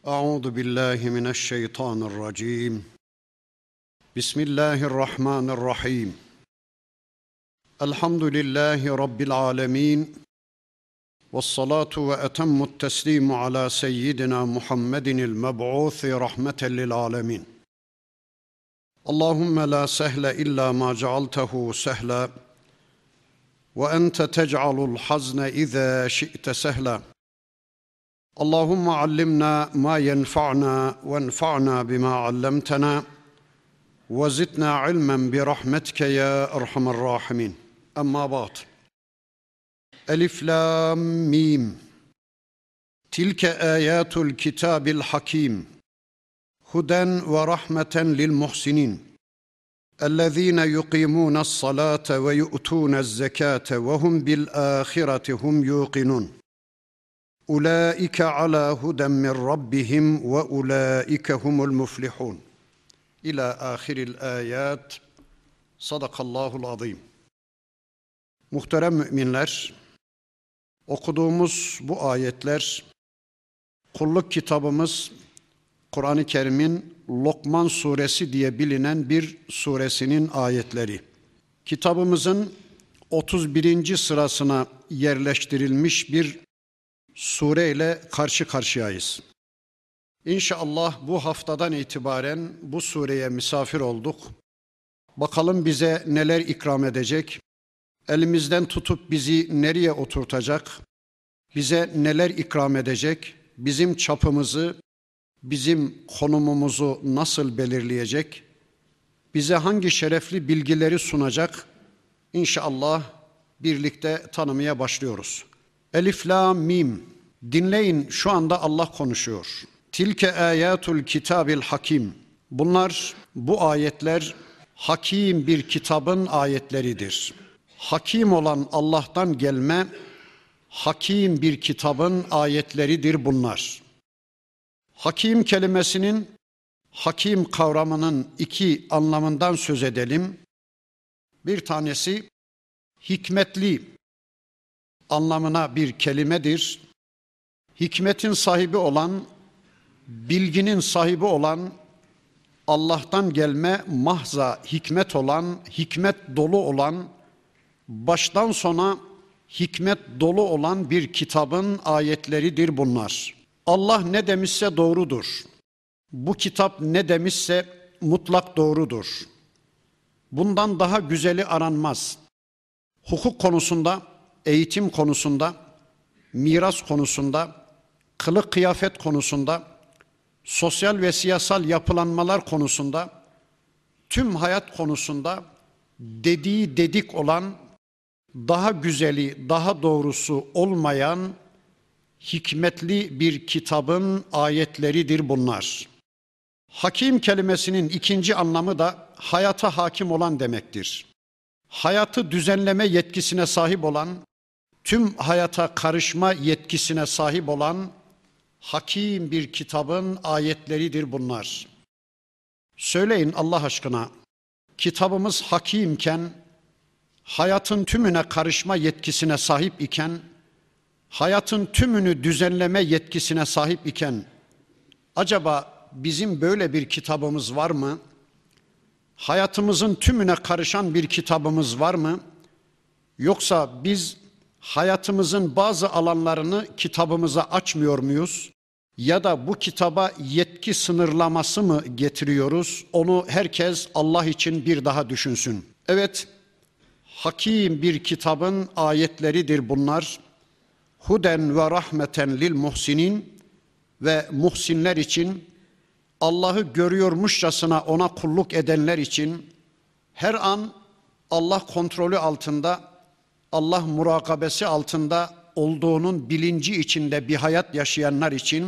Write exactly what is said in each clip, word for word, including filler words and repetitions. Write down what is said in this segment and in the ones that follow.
أعوذ بالله من الشيطان الرجيم بسم الله الرحمن الرحيم الحمد لله رب العالمين والصلاة وأتم التسليم على سيدنا محمد المبعوث رحمة للعالمين اللهم لا سهل إلا ما جعلته سهلا وأنت تجعل الحزن إذا شئت سهلا اللهم علمنا ما ينفعنا وانفعنا بما علمتنا وزدنا علما برحمتك يا أرحم الراحمين أما بعد ألف لام ميم تلك آيات الكتاب الحكيم هدى ورحمة للمحسنين الذين يقيمون الصلاة ويؤتون الزكاة وهم بالآخرة هم يوقنون أولئك على هدى من ربهم وأولئك هم المفلحون إلى آخر الآيات Sadakallahul azim. Muhterem müminler, okuduğumuz bu ayetler, kulluk kitabımız Kur'an-ı Kerim'in Lokman suresi diye bilinen bir suresinin ayetleri. Kitabımızın otuz birinci sırasına yerleştirilmiş bir sureyle karşı karşıyayız. İnşallah bu haftadan itibaren bu sureye misafir olduk. Bakalım bize neler ikram edecek, elimizden tutup bizi nereye oturtacak, bize neler ikram edecek, bizim çapımızı, bizim konumumuzu nasıl belirleyecek, bize hangi şerefli bilgileri sunacak, İnşallah birlikte tanımaya başlıyoruz. Elif, Lam, Mim. Dinleyin, şu anda Allah konuşuyor. Tilke ayatul kitabil hakim. Bunlar, bu ayetler hakim bir kitabın ayetleridir. Hakim olan Allah'tan gelme, hakim bir kitabın ayetleridir bunlar. Hakim kelimesinin, hakim kavramının iki anlamından söz edelim. Bir tanesi hikmetli anlamına bir kelimedir. Hikmetin sahibi olan, bilginin sahibi olan, Allah'tan gelme mahza hikmet olan, hikmet dolu olan, baştan sona hikmet dolu olan bir kitabın ayetleridir bunlar. Allah ne demişse doğrudur. Bu kitap ne demişse mutlak doğrudur. Bundan daha güzeli aranmaz. Hukuk konusunda, eğitim konusunda, miras konusunda, kılık kıyafet konusunda, sosyal ve siyasal yapılanmalar konusunda, tüm hayat konusunda dediği dedik olan, daha güzeli, daha doğrusu olmayan hikmetli bir kitabın ayetleridir bunlar. Hakim kelimesinin ikinci anlamı da hayata hakim olan demektir. Hayatı düzenleme yetkisine sahip olan, tüm hayata karışma yetkisine sahip olan hakim bir kitabın ayetleridir bunlar. Söyleyin Allah aşkına, kitabımız hakimken, hayatın tümüne karışma yetkisine sahip iken, hayatın tümünü düzenleme yetkisine sahip iken, acaba bizim böyle bir kitabımız var mı? Hayatımızın tümüne karışan bir kitabımız var mı? Yoksa biz hayatımızın bazı alanlarını kitabımıza açmıyor muyuz? Ya da bu kitaba yetki sınırlaması mı getiriyoruz? Onu herkes Allah için bir daha düşünsün. Evet, hakim bir kitabın ayetleridir bunlar. Huden ve rahmeten lil muhsinin, ve muhsinler için, Allah'ı görüyormuşçasına ona kulluk edenler için, her an Allah kontrolü altında, Allah murakabesi altında olduğunun bilinci içinde bir hayat yaşayanlar için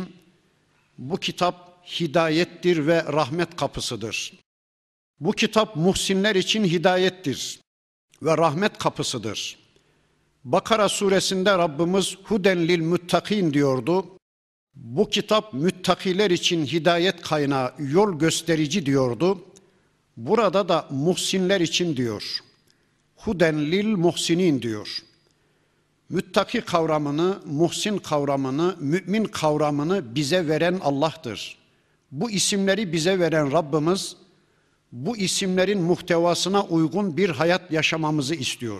bu kitap hidayettir ve rahmet kapısıdır. Bu kitap muhsinler için hidayettir ve rahmet kapısıdır. Bakara suresinde Rabbimiz huden lil muttakin diyordu. Bu kitap müttakiler için hidayet kaynağı, yol gösterici diyordu. Burada da muhsinler için diyor. Huden lil muhsinin diyor. Müttaki kavramını, muhsin kavramını, mümin kavramını bize veren Allah'tır. Bu isimleri bize veren Rabbimiz, bu isimlerin muhtevasına uygun bir hayat yaşamamızı istiyor.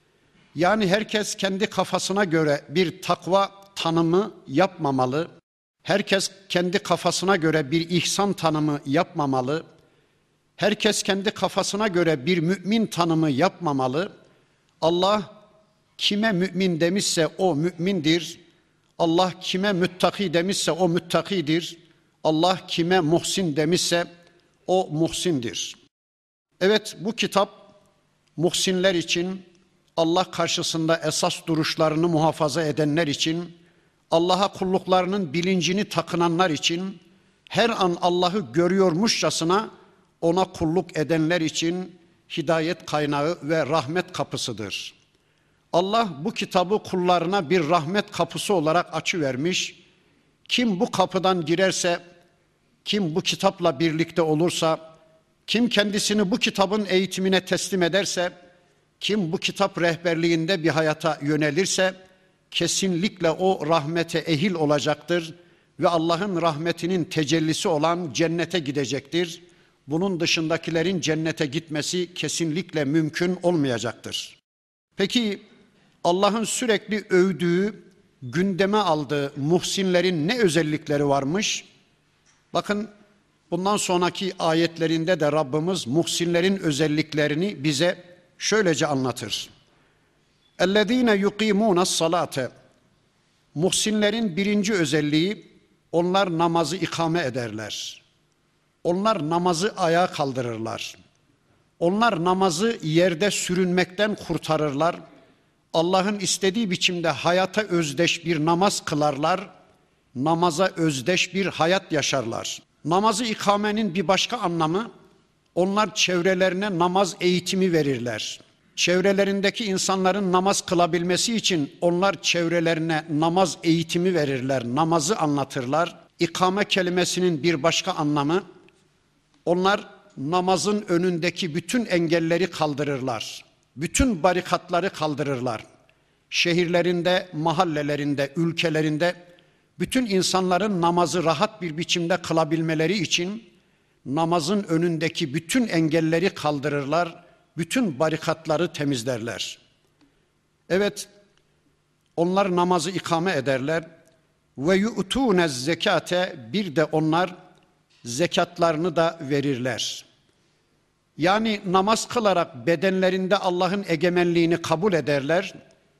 Yani herkes kendi kafasına göre bir takva tanımı yapmamalı. Herkes kendi kafasına göre bir ihsan tanımı yapmamalı. Herkes kendi kafasına göre bir mümin tanımı yapmamalı. Allah kime mümin demişse o mümindir. Allah kime müttaki demişse o müttakidir. Allah kime muhsin demişse o muhsindir. Evet, bu kitap muhsinler için, Allah karşısında esas duruşlarını muhafaza edenler için, Allah'a kulluklarının bilincini takınanlar için, her an Allah'ı görüyormuşçasına ona kulluk edenler için hidayet kaynağı ve rahmet kapısıdır. Allah bu kitabı kullarına bir rahmet kapısı olarak açıvermiş. Kim bu kapıdan girerse, kim bu kitapla birlikte olursa, kim kendisini bu kitabın eğitimine teslim ederse, kim bu kitap rehberliğinde bir hayata yönelirse, kesinlikle o rahmete ehil olacaktır ve Allah'ın rahmetinin tecellisi olan cennete gidecektir. Bunun dışındakilerin cennete gitmesi kesinlikle mümkün olmayacaktır. Peki Allah'ın sürekli övdüğü, gündeme aldığı muhsinlerin ne özellikleri varmış? Bakın, bundan sonraki ayetlerinde de Rabbimiz muhsinlerin özelliklerini bize şöylece anlatır. اَلَّذ۪ينَ يُقِيمُونَ الصَّلَاةَ Muhsinlerin birinci özelliği, onlar namazı ikame ederler. Onlar namazı ayağa kaldırırlar. Onlar namazı yerde sürünmekten kurtarırlar. Allah'ın istediği biçimde hayata özdeş bir namaz kılarlar. Namaza özdeş bir hayat yaşarlar. Namazı ikamenin bir başka anlamı, onlar çevrelerine namaz eğitimi verirler. Çevrelerindeki insanların namaz kılabilmesi için onlar çevrelerine namaz eğitimi verirler, namazı anlatırlar. İkame kelimesinin bir başka anlamı, onlar namazın önündeki bütün engelleri kaldırırlar. Bütün barikatları kaldırırlar. Şehirlerinde, mahallelerinde, ülkelerinde bütün insanların namazı rahat bir biçimde kılabilmeleri için namazın önündeki bütün engelleri kaldırırlar, bütün barikatları temizlerler. Evet, onlar namazı ikame ederler. Ve yu'tûne zekate, bir de onlar zekatlarını da verirler. Yani namaz kılarak bedenlerinde Allah'ın egemenliğini kabul ederler.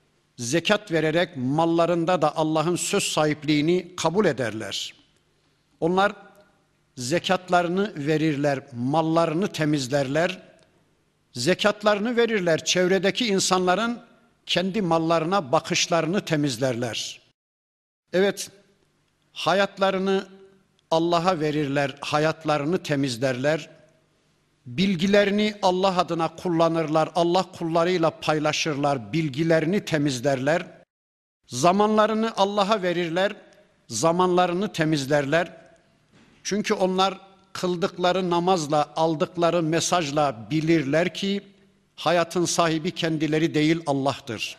Zekat vererek mallarında da Allah'ın söz sahipliğini kabul ederler. Onlar zekatlarını verirler, mallarını temizlerler. Zekatlarını verirler, çevredeki insanların kendi mallarına bakışlarını temizlerler. Evet, hayatlarını Allah'a verirler, hayatlarını temizlerler. Bilgilerini Allah adına kullanırlar, Allah kullarıyla paylaşırlar, bilgilerini temizlerler. Zamanlarını Allah'a verirler, zamanlarını temizlerler. Çünkü onlar kıldıkları namazla, aldıkları mesajla bilirler ki hayatın sahibi kendileri değil, Allah'tır.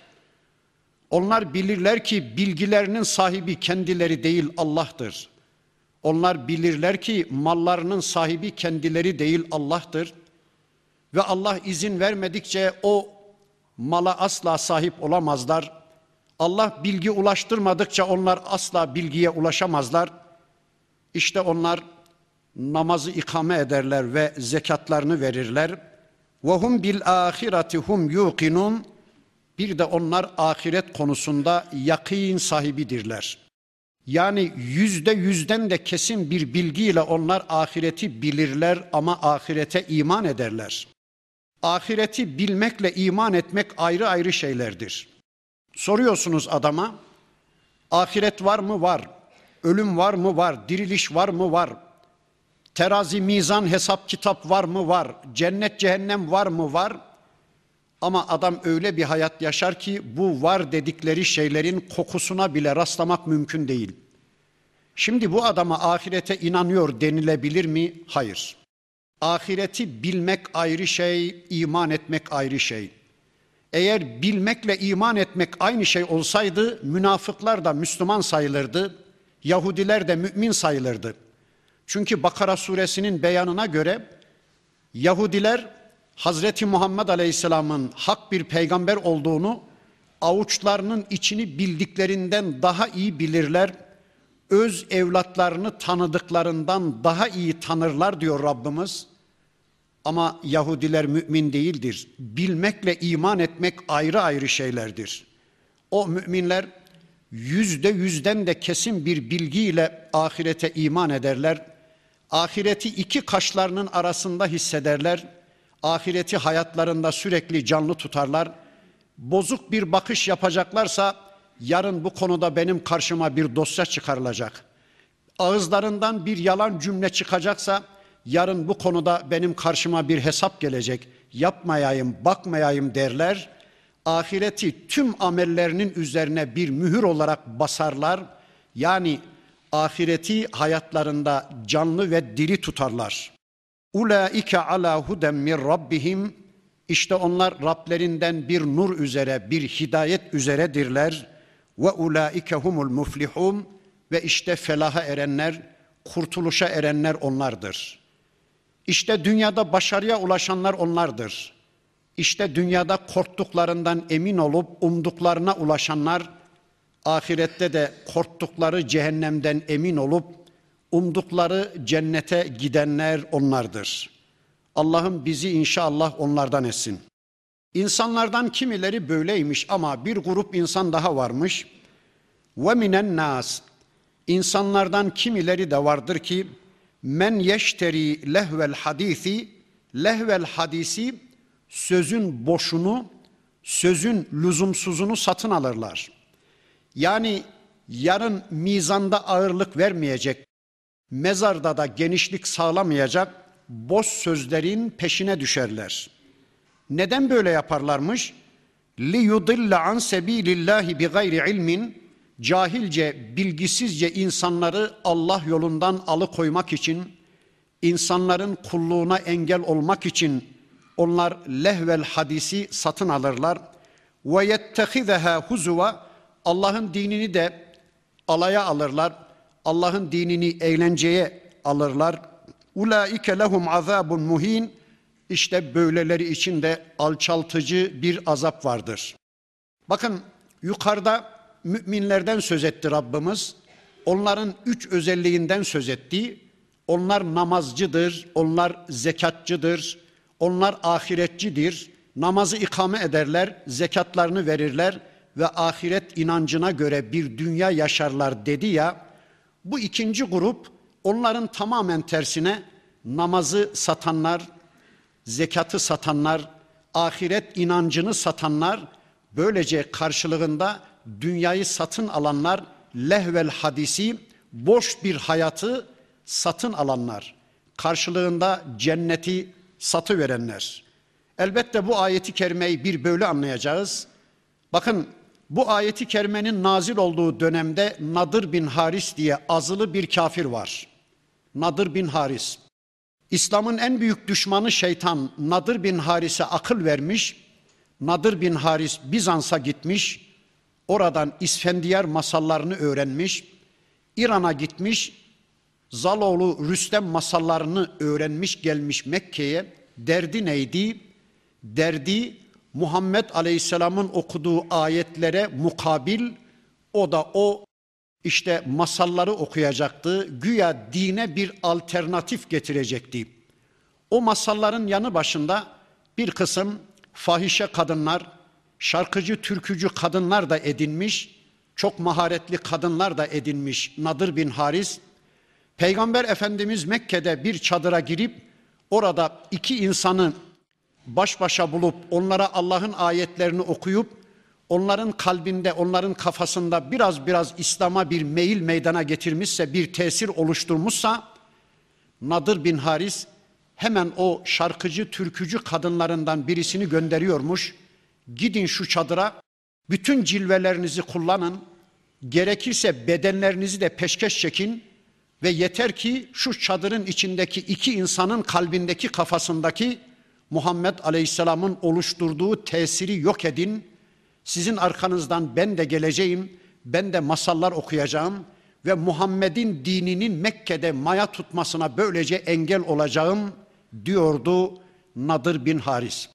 Onlar bilirler ki bilgilerinin sahibi kendileri değil, Allah'tır. Onlar bilirler ki mallarının sahibi kendileri değil, Allah'tır. Ve Allah izin vermedikçe o mala asla sahip olamazlar. Allah bilgi ulaştırmadıkça onlar asla bilgiye ulaşamazlar. İşte onlar namazı ikame ederler ve zekatlarını verirler. وَهُمْ بِالْآخِرَةِ هُمْ يُوقِنُونَ Bir de onlar ahiret konusunda yakîn sahibidirler. Yani yüzde yüzden de kesin bir bilgiyle onlar ahireti bilirler ama ahirete iman ederler. Ahireti bilmekle iman etmek ayrı ayrı şeylerdir. Soruyorsunuz adama, ahiret var mı? Var. Ölüm var mı? Var. Diriliş var mı? Var. Terazi, mizan, hesap, kitap var mı? Var. Cennet, cehennem var mı? Var. Ama adam öyle bir hayat yaşar ki bu var dedikleri şeylerin kokusuna bile rastlamak mümkün değil. Şimdi bu adama ahirete inanıyor denilebilir mi? Hayır. Ahireti bilmek ayrı şey, iman etmek ayrı şey. Eğer bilmekle iman etmek aynı şey olsaydı münafıklar da Müslüman sayılırdı, Yahudiler de mümin sayılırdı. Çünkü Bakara suresinin beyanına göre Yahudiler Hazreti Muhammed Aleyhisselam'ın hak bir peygamber olduğunu avuçlarının içini bildiklerinden daha iyi bilirler. Öz evlatlarını tanıdıklarından daha iyi tanırlar diyor Rabbimiz. Ama Yahudiler mümin değildir. Bilmekle iman etmek ayrı ayrı şeylerdir. O müminler yüzde yüzden de kesin bir bilgiyle ahirete iman ederler. Ahireti iki kaşlarının arasında hissederler. Ahireti hayatlarında sürekli canlı tutarlar. Bozuk bir bakış yapacaklarsa yarın bu konuda benim karşıma bir dosya çıkarılacak. Ağızlarından bir yalan cümle çıkacaksa yarın bu konuda benim karşıma bir hesap gelecek. Yapmayayım, bakmayayım derler. Ahireti tüm amellerinin üzerine bir mühür olarak basarlar. Yani ahireti hayatlarında canlı ve diri tutarlar. Ulaike ala huden min rabbihim. İşte onlar Rablerinden bir nur üzere, bir hidayet üzeredirler. Ve ulaike humul muflihun. Ve işte felaha erenler, kurtuluşa erenler onlardır. İşte dünyada başarıya ulaşanlar onlardır. İşte dünyada korktuklarından emin olup umduklarına ulaşanlar, ahirette de korktukları cehennemden emin olup umdukları cennete gidenler onlardır. Allah'ım bizi inşallah onlardan etsin. İnsanlardan kimileri böyleymiş ama bir grup insan daha varmış. Ve minen nas. İnsanlardan kimileri de vardır ki men yeşteri lehvel hadisi, lehvel hadisi sözün boşunu, sözün lüzumsuzunu satın alırlar. Yani yarın mizanda ağırlık vermeyecek, mezarda da genişlik sağlamayacak boş sözlerin peşine düşerler. Neden böyle yaparlarmış? لِيُضِلَّ عَنْ سَب۪يلِ اللّٰهِ بِغَيْرِ عِلْمٍ. Cahilce, bilgisizce insanları Allah yolundan alıkoymak için, insanların kulluğuna engel olmak için onlar lehvel hadisi satın alırlar. وَيَتَّخِذَهَا هُزُوَا. Allah'ın dinini de alaya alırlar. Allah'ın dinini eğlenceye alırlar. اُولَٰئِكَ لَهُمْ عَذَابٌ مُه۪ينٌ. İşte böyleleri için de alçaltıcı bir azap vardır. Bakın yukarıda müminlerden söz etti Rabbimiz. Onların üç özelliğinden söz etti. Onlar namazcıdır, onlar zekatçıdır, onlar ahiretçidir. Namazı ikame ederler, zekatlarını verirler ve ahiret inancına göre bir dünya yaşarlar dedi ya. Bu ikinci grup onların tamamen tersine namazı satanlar, zekatı satanlar, ahiret inancını satanlar, böylece karşılığında dünyayı satın alanlar, lehvel hadisi, boş bir hayatı satın alanlar, karşılığında cenneti satıverenler. Elbette bu ayeti kerimeyi bir böyle anlayacağız. Bakın bu ayeti kerimenin nazil olduğu dönemde Nadır bin Haris diye azılı bir kafir var. Nadır bin Haris. İslam'ın en büyük düşmanı şeytan Nadır bin Haris'e akıl vermiş. Nadır bin Haris Bizans'a gitmiş. Oradan İsfendiyar masallarını öğrenmiş. İran'a gitmiş. Zaloğlu Rüstem masallarını öğrenmiş gelmiş Mekke'ye. Derdi neydi? Derdi Muhammed Aleyhisselam'ın okuduğu ayetlere mukabil o da o işte masalları okuyacaktı. Güya dine bir alternatif getirecekti. O masalların yanı başında bir kısım fahişe kadınlar, şarkıcı, türkücü kadınlar da edinmiş, çok maharetli kadınlar da edinmiş Nadır bin Haris. Peygamber Efendimiz Mekke'de bir çadıra girip orada iki insanı baş başa bulup onlara Allah'ın ayetlerini okuyup onların kalbinde, onların kafasında biraz biraz İslam'a bir meyil meydana getirmişse, bir tesir oluşturmuşsa Nadır bin Haris hemen o şarkıcı, türkücü kadınlarından birisini gönderiyormuş. Gidin şu çadıra, bütün cilvelerinizi kullanın, gerekirse bedenlerinizi de peşkeş çekin ve yeter ki şu çadırın içindeki iki insanın kalbindeki, kafasındaki Muhammed Aleyhisselam'ın oluşturduğu tesiri yok edin. Sizin arkanızdan ben de geleceğim, ben de masallar okuyacağım ve Muhammed'in dininin Mekke'de maya tutmasına böylece engel olacağım diyordu Nadir bin Haris.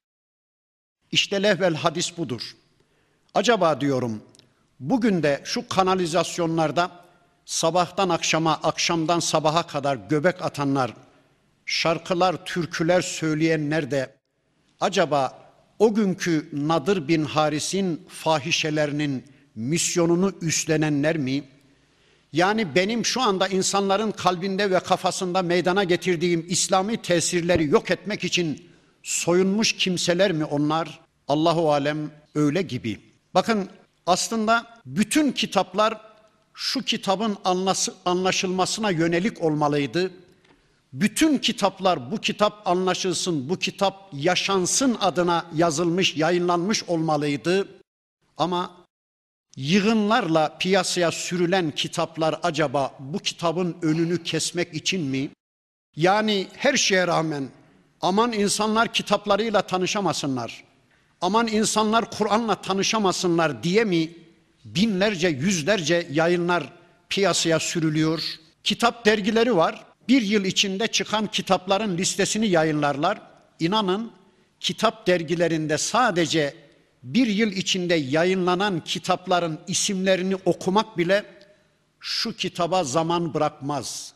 İşte lehvel hadis budur. Acaba diyorum, bugün de şu kanalizasyonlarda sabahtan akşama, akşamdan sabaha kadar göbek atanlar, şarkılar, türküler söyleyenler de acaba o günkü Nadir bin Haris'in fahişelerinin misyonunu üstlenenler mi? Yani benim şu anda insanların kalbinde ve kafasında meydana getirdiğim İslami tesirleri yok etmek için soyunmuş kimseler mi onlar? Allahu alem öyle gibi. Bakın aslında bütün kitaplar şu kitabın anlaşılmasına yönelik olmalıydı. Bütün kitaplar bu kitap anlaşılsın, bu kitap yaşansın adına yazılmış, yayınlanmış olmalıydı. Ama yığınlarla piyasaya sürülen kitaplar acaba bu kitabın önünü kesmek için mi? Yani her şeye rağmen aman insanlar kitaplarıyla tanışamasınlar, aman insanlar Kur'an'la tanışamasınlar diye mi binlerce, yüzlerce yayınlar piyasaya sürülüyor? Kitap dergileri var. Bir yıl içinde çıkan kitapların listesini yayınlarlar. İnanın kitap dergilerinde sadece bir yıl içinde yayınlanan kitapların isimlerini okumak bile şu kitaba zaman bırakmaz.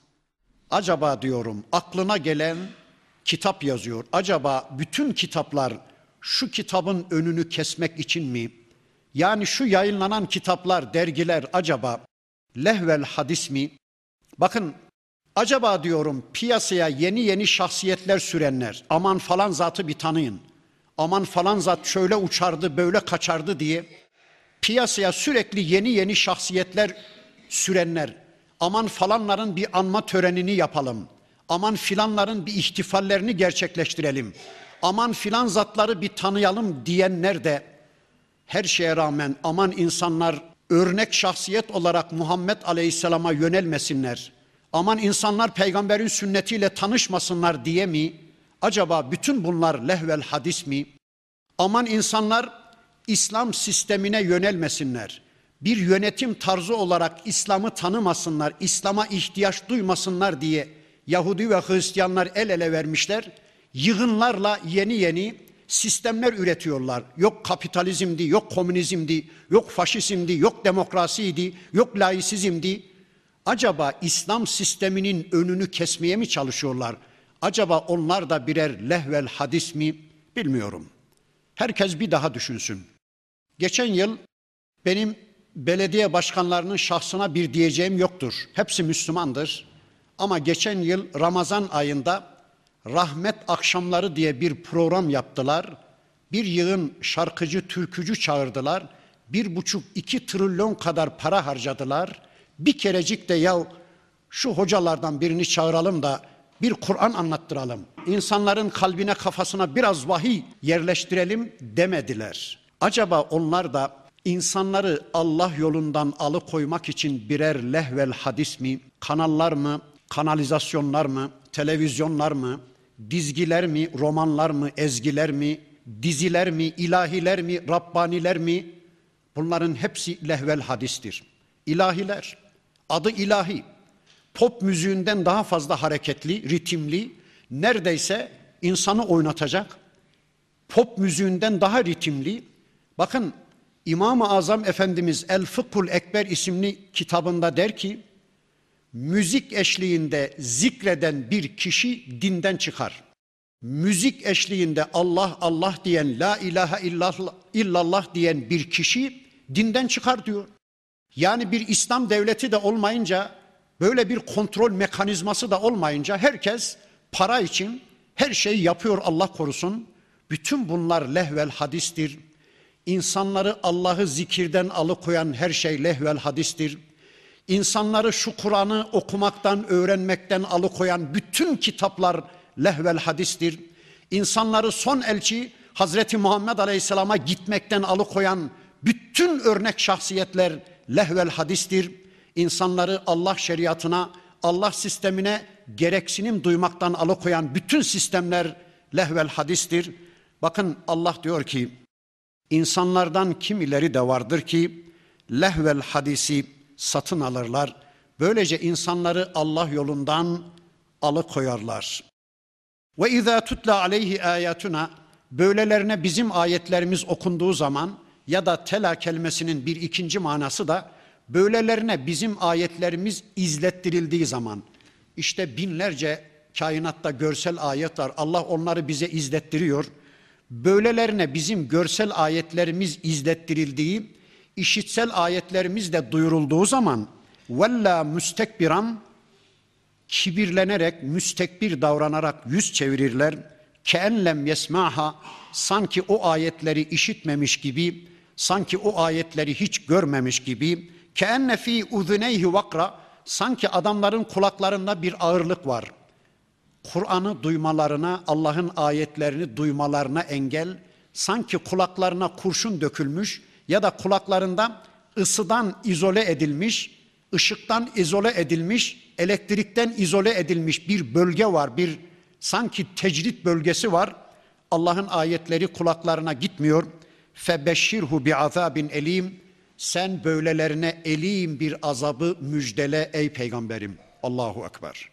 Acaba diyorum aklına gelen kitap yazıyor. Acaba bütün kitaplar şu kitabın önünü kesmek için mi? Yani şu yayınlanan kitaplar, dergiler acaba lehvel hadis mi? Bakın acaba diyorum piyasaya yeni yeni şahsiyetler sürenler, aman falan zatı bir tanıyın, aman falan zat şöyle uçardı böyle kaçardı diye piyasaya sürekli yeni yeni şahsiyetler sürenler, aman falanların bir anma törenini yapalım, aman filanların bir ihtifallerini gerçekleştirelim, aman filan zatları bir tanıyalım diyenler de her şeye rağmen aman insanlar örnek şahsiyet olarak Muhammed Aleyhisselam'a yönelmesinler, aman insanlar peygamberin sünnetiyle tanışmasınlar diye mi? Acaba bütün bunlar lehvel hadis mi? Aman insanlar İslam sistemine yönelmesinler, bir yönetim tarzı olarak İslam'ı tanımasınlar, İslam'a ihtiyaç duymasınlar diye Yahudi ve Hristiyanlar el ele vermişler. Yığınlarla yeni yeni sistemler üretiyorlar. Yok kapitalizmdi, yok komünizmdi, yok faşizmdi, yok demokrasiydi, yok laisizmdi. Acaba İslam sisteminin önünü kesmeye mi çalışıyorlar? Acaba onlar da birer lehvel hadis mi? Bilmiyorum. Herkes bir daha düşünsün. Geçen yıl benim belediye başkanlarının şahsına bir diyeceğim yoktur. Hepsi Müslümandır. Ama geçen yıl Ramazan ayında Rahmet Akşamları diye bir program yaptılar. Bir yığın şarkıcı, türkücü çağırdılar. Bir buçuk, iki trilyon kadar para harcadılar. Bir kerecik de ya şu hocalardan birini çağıralım da bir Kur'an anlattıralım, İnsanların kalbine kafasına biraz vahiy yerleştirelim demediler. Acaba onlar da insanları Allah yolundan alıkoymak için birer lehvel hadis mi, kanallar mı, kanalizasyonlar mı, televizyonlar mı, dizgiler mi, romanlar mı, ezgiler mi, diziler mi, ilahiler mi, Rabbaniler mi? Bunların hepsi lehvel hadistir. İlahiler, adı ilahi. Pop müziğinden daha fazla hareketli, ritimli, neredeyse insanı oynatacak. Pop müziğinden daha ritimli. Bakın İmam-ı Azam Efendimiz El Fıkhul Ekber isimli kitabında der ki, müzik eşliğinde zikreden bir kişi dinden çıkar. Müzik eşliğinde Allah Allah diyen, la ilahe illallah, illallah diyen bir kişi dinden çıkar diyor. Yani bir İslam devleti de olmayınca, böyle bir kontrol mekanizması da olmayınca herkes para için her şeyi yapıyor, Allah korusun. Bütün bunlar lehvel hadistir. İnsanları Allah'ı zikirden alıkoyan her şey lehvel hadistir. İnsanları şu Kur'an'ı okumaktan, öğrenmekten alıkoyan bütün kitaplar lehvel hadistir. İnsanları son elçi Hazreti Muhammed Aleyhisselam'a gitmekten alıkoyan bütün örnek şahsiyetler lehvel hadistir. İnsanları Allah şeriatına, Allah sistemine gereksinim duymaktan alıkoyan bütün sistemler lehvel hadistir. Bakın Allah diyor ki, insanlardan kimileri de vardır ki lehvel hadisi satın alırlar. Böylece insanları Allah yolundan alıkoyarlar. Ve izâ tutla aleyhi âyâtuna, böylelerine bizim ayetlerimiz okunduğu zaman ya da tela kelimesinin bir ikinci manası da böylelerine bizim ayetlerimiz izlettirildiği zaman, işte binlerce kainatta görsel ayet var. Allah onları bize izlettiriyor. Böylelerine bizim görsel ayetlerimiz izlettirildiği, işitsel ayetlerimiz de duyurulduğu zaman vella müstekbiran, kibirlenerek, müstekbir davranarak yüz çevirirler. Keenlem yesmaha, sanki o ayetleri işitmemiş gibi, sanki o ayetleri hiç görmemiş gibi. Keenne fi uzuneyhi vakra, sanki adamların kulaklarında bir ağırlık var. Kur'an'ı duymalarına, Allah'ın ayetlerini duymalarına engel, sanki kulaklarına kurşun dökülmüş ya da kulaklarında ısıdan izole edilmiş, ışıktan izole edilmiş, elektrikten izole edilmiş bir bölge var, bir sanki tecrit bölgesi var. Allah'ın ayetleri kulaklarına gitmiyor. Febeşşirhu bi'azabin elim, sen böylelerine elim bir azabı müjdele ey peygamberim. Allahu Ekber.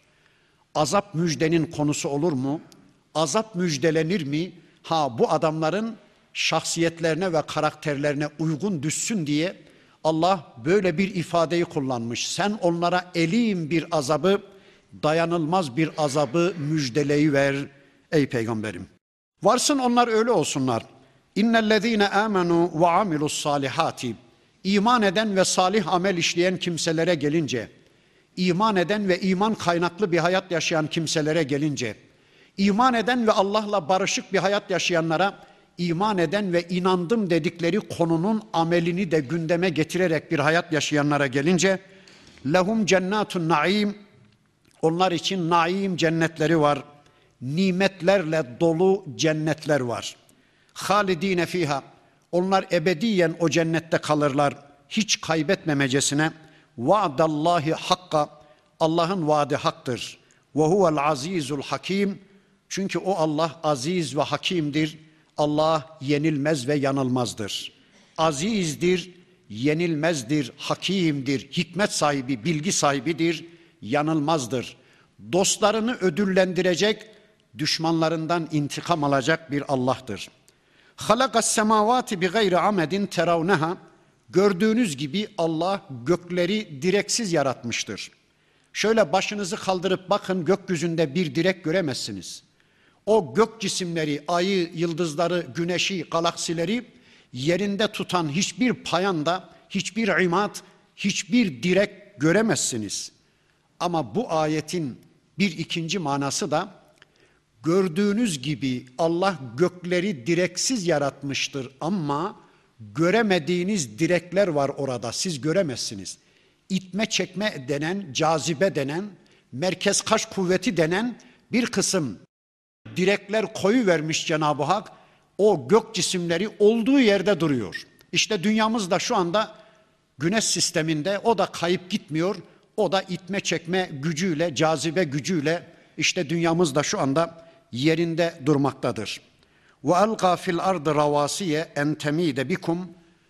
Azap müjdenin konusu olur mu? Azap müjdelenir mi? Ha, bu adamların şahsiyetlerine ve karakterlerine uygun düşsün diye Allah böyle bir ifadeyi kullanmış. Sen onlara elim bir azabı, dayanılmaz bir azabı müjdeleyiver ey peygamberim. Varsın onlar öyle olsunlar. İnnellezîne âmenû ve amilussâlihâti, İman eden ve salih amel işleyen kimselere gelince, iman eden ve iman kaynaklı bir hayat yaşayan kimselere gelince, iman eden ve Allah'la barışık bir hayat yaşayanlara, iman eden ve inandım dedikleri konunun amelini de gündeme getirerek bir hayat yaşayanlara gelince, lehum cennetun naim, onlar için naim cennetleri var, nimetlerle dolu cennetler var. Halidine fiha, onlar ebediyen o cennette kalırlar, hiç kaybetmemecesine. Vaadallahi hakka, Allah'ın vaadi haktır. Ve huvel azizul hakim, çünkü o Allah aziz ve hakimdir. Allah yenilmez ve yanılmazdır. Azizdir, yenilmezdir, hakimdir, hikmet sahibi, bilgi sahibidir, yanılmazdır. Dostlarını ödüllendirecek, düşmanlarından intikam alacak bir Allah'tır. Halakas semavati bi gayri amedin teravneha, gördüğünüz gibi Allah gökleri direksiz yaratmıştır. Şöyle başınızı kaldırıp bakın, gökyüzünde bir direk göremezsiniz. O gök cisimleri, ayı, yıldızları, güneşi, galaksileri yerinde tutan hiçbir payanda, hiçbir imad, hiçbir direk göremezsiniz. Ama bu ayetin bir ikinci manası da, gördüğünüz gibi Allah gökleri direksiz yaratmıştır ama göremediğiniz direkler var orada, siz göremezsiniz. İtme çekme denen, cazibe denen, merkez kaç kuvveti denen bir kısım direkler koyuvermiş Cenab-ı Hak, o gök cisimleri olduğu yerde duruyor. İşte dünyamız da şu anda güneş sisteminde, o da kayıp gitmiyor, o da itme çekme gücüyle, cazibe gücüyle işte dünyamız da şu anda yerinde durmaktadır. Ve alqa fil ardı ravasiye en temide bikum,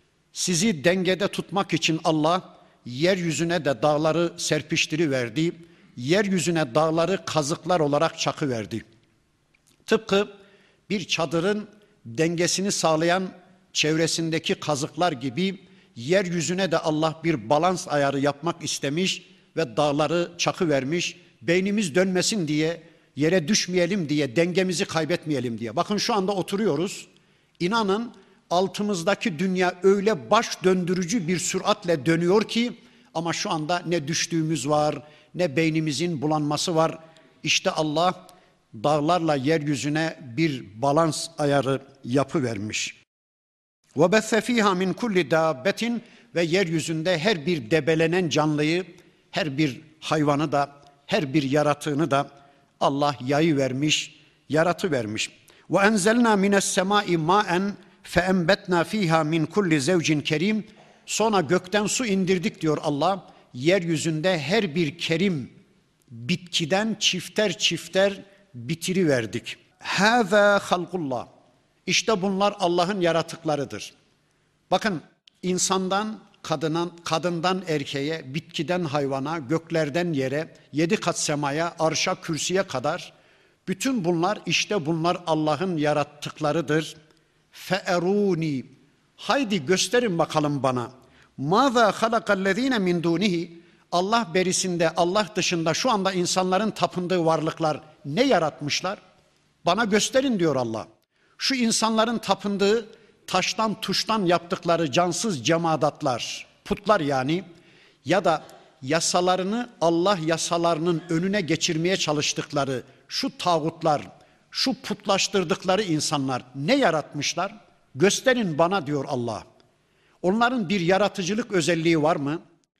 sizi dengede tutmak için Allah yeryüzüne de dağları serpiştiriverdi, yeryüzüne dağları kazıklar olarak çakıverdi. Tıpkı bir çadırın dengesini sağlayan çevresindeki kazıklar gibi yeryüzüne de Allah bir balans ayarı yapmak istemiş ve dağları çakıvermiş, beynimiz dönmesin diye, yere düşmeyelim diye, dengemizi kaybetmeyelim diye. Bakın şu anda oturuyoruz, inanın altımızdaki dünya öyle baş döndürücü bir süratle dönüyor ki, ama şu anda ne düştüğümüz var, ne beynimizin bulanması var. İşte Allah dağlarla yeryüzüne bir balans ayarı yapıvermiş. وَبَثَّ ف۪يهَا مِنْ كُلِّ دَابَّةٍ, ve yeryüzünde her bir debelenen canlıyı, her bir hayvanı da, her bir yaratığını da Allah yayıvermiş, yaratıvermiş. وَاَنْزَلْنَا مِنَ السَّمَاءِ مَاءً فَاَنْبَتْنَا ف۪يهَا مِنْ كُلِّ زَوْجٍ kerim. Sonra gökten su indirdik diyor Allah, yeryüzünde her bir kerim bitkiden çifter çifter bitiriverdik. Hâzâ halkullah. İşte bunlar Allah'ın yaratıklarıdır. Bakın, insandan kadına, kadından erkeğe, bitkiden hayvana, göklerden yere, yedi kat semaya, arşa, kürsüye kadar bütün bunlar, işte bunlar Allah'ın yarattıklarıdır. Fe'erûni. Haydi gösterin bakalım bana. Mâzâ halakallezîne min dûnihi. Allah berisinde, Allah dışında şu anda insanların tapındığı varlıklar ne yaratmışlar? Bana gösterin diyor Allah. Şu insanların tapındığı, taştan tuştan yaptıkları cansız cemadatlar, putlar yani, ya da yasalarını Allah yasalarının önüne geçirmeye çalıştıkları şu tağutlar, şu putlaştırdıkları insanlar ne yaratmışlar? Gösterin bana diyor Allah. Onların bir yaratıcılık özelliği var mı?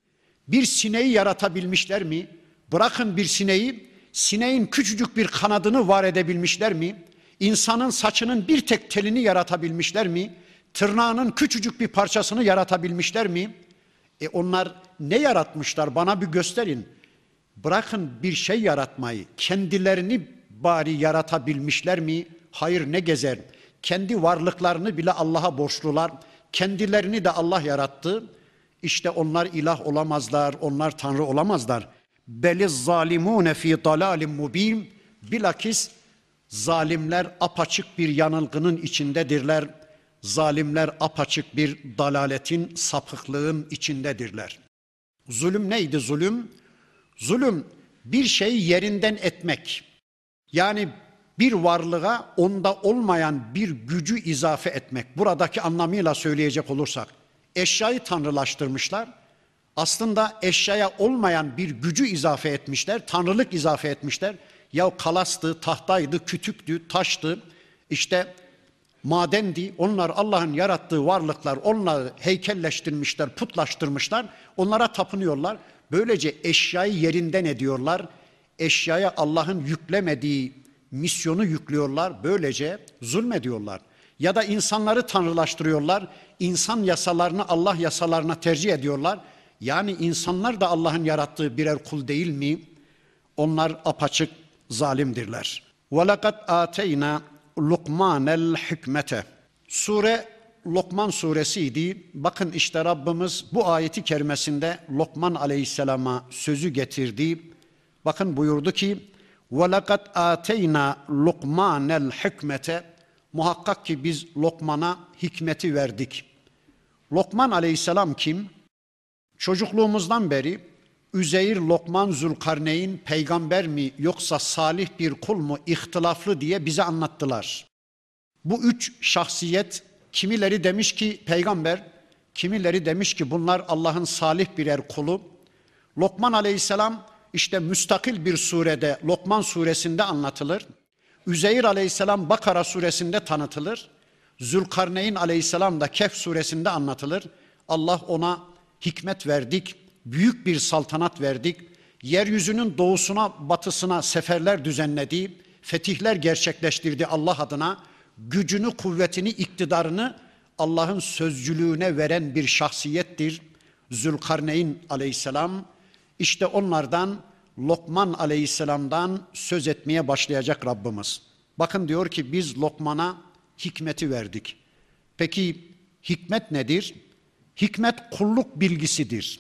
Bir sineği yaratabilmişler mi? Bırakın bir sineği, sineğin küçücük bir kanadını var edebilmişler mi? İnsanın saçının bir tek telini yaratabilmişler mi? Tırnağının küçücük bir parçasını yaratabilmişler mi? E onlar ne yaratmışlar? Bana bir gösterin. Bırakın bir şey yaratmayı, kendilerini bari yaratabilmişler mi? Hayır, ne gezer. Kendi varlıklarını bile Allah'a borçlular. Kendilerini de Allah yarattı. İşte onlar ilah olamazlar, onlar tanrı olamazlar. Beliz zalimune fi dalalim mubin. Bilakis zalimler apaçık bir yanılgının içindedirler. Zalimler apaçık bir dalaletin, sapıklığın içindedirler. Zulüm neydi zulüm? Zulüm bir şeyi yerinden etmek. Yani bir varlığa onda olmayan bir gücü izafe etmek. Buradaki anlamıyla söyleyecek olursak, eşyayı tanrılaştırmışlar. Aslında eşyaya olmayan bir gücü izafe etmişler, tanrılık izafe etmişler. Ya kalastı, tahtaydı, kütüktü, taştı, işte madendi. Onlar Allah'ın yarattığı varlıklar, onları heykelleştirmişler, putlaştırmışlar. Onlara tapınıyorlar. Böylece eşyayı yerinden ediyorlar. Eşyaya Allah'ın yüklemediği misyonu yüklüyorlar. Böylece zulmediyorlar. Ya da insanları tanrılaştırıyorlar. İnsan yasalarını Allah yasalarına tercih ediyorlar. Yani insanlar da Allah'ın yarattığı birer kul değil mi? Onlar apaçık zalimdirler. وَلَقَدْ آتَيْنَا لُقْمَانَ الْحِكْمَةَ. Sure Lokman suresiydi. Bakın işte Rabbimiz bu ayeti kerimesinde Lokman aleyhisselama sözü getirdi. Bakın buyurdu ki وَلَقَدْ آتَيْنَا لُقْمَانَ الْحِكْمَةَ. Muhakkak ki biz Lokman'a hikmeti verdik. Lokman aleyhisselam kim? Çocukluğumuzdan beri Üzeyir, Lokman, Zülkarneyn peygamber mi yoksa salih bir kul mu ihtilaflı diye bize anlattılar. Bu üç şahsiyet, kimileri demiş ki peygamber, kimileri demiş ki bunlar Allah'ın salih birer kulu. Lokman aleyhisselam işte müstakil bir surede, Lokman suresinde anlatılır. Üzeyir aleyhisselam Bakara suresinde tanıtılır. Zülkarneyn aleyhisselam da Kehf suresinde anlatılır. Allah ona hikmet verdik, büyük bir saltanat verdik. Yeryüzünün doğusuna, batısına seferler düzenledi, fetihler gerçekleştirdi Allah adına. Gücünü, kuvvetini, iktidarını Allah'ın sözcülüğüne veren bir şahsiyettir Zülkarneyn aleyhisselam. İşte onlardan, Lokman aleyhisselamdan söz etmeye başlayacak Rabbimiz. Bakın diyor ki biz Lokman'a hikmeti verdik. Peki hikmet nedir? Hikmet kulluk bilgisidir.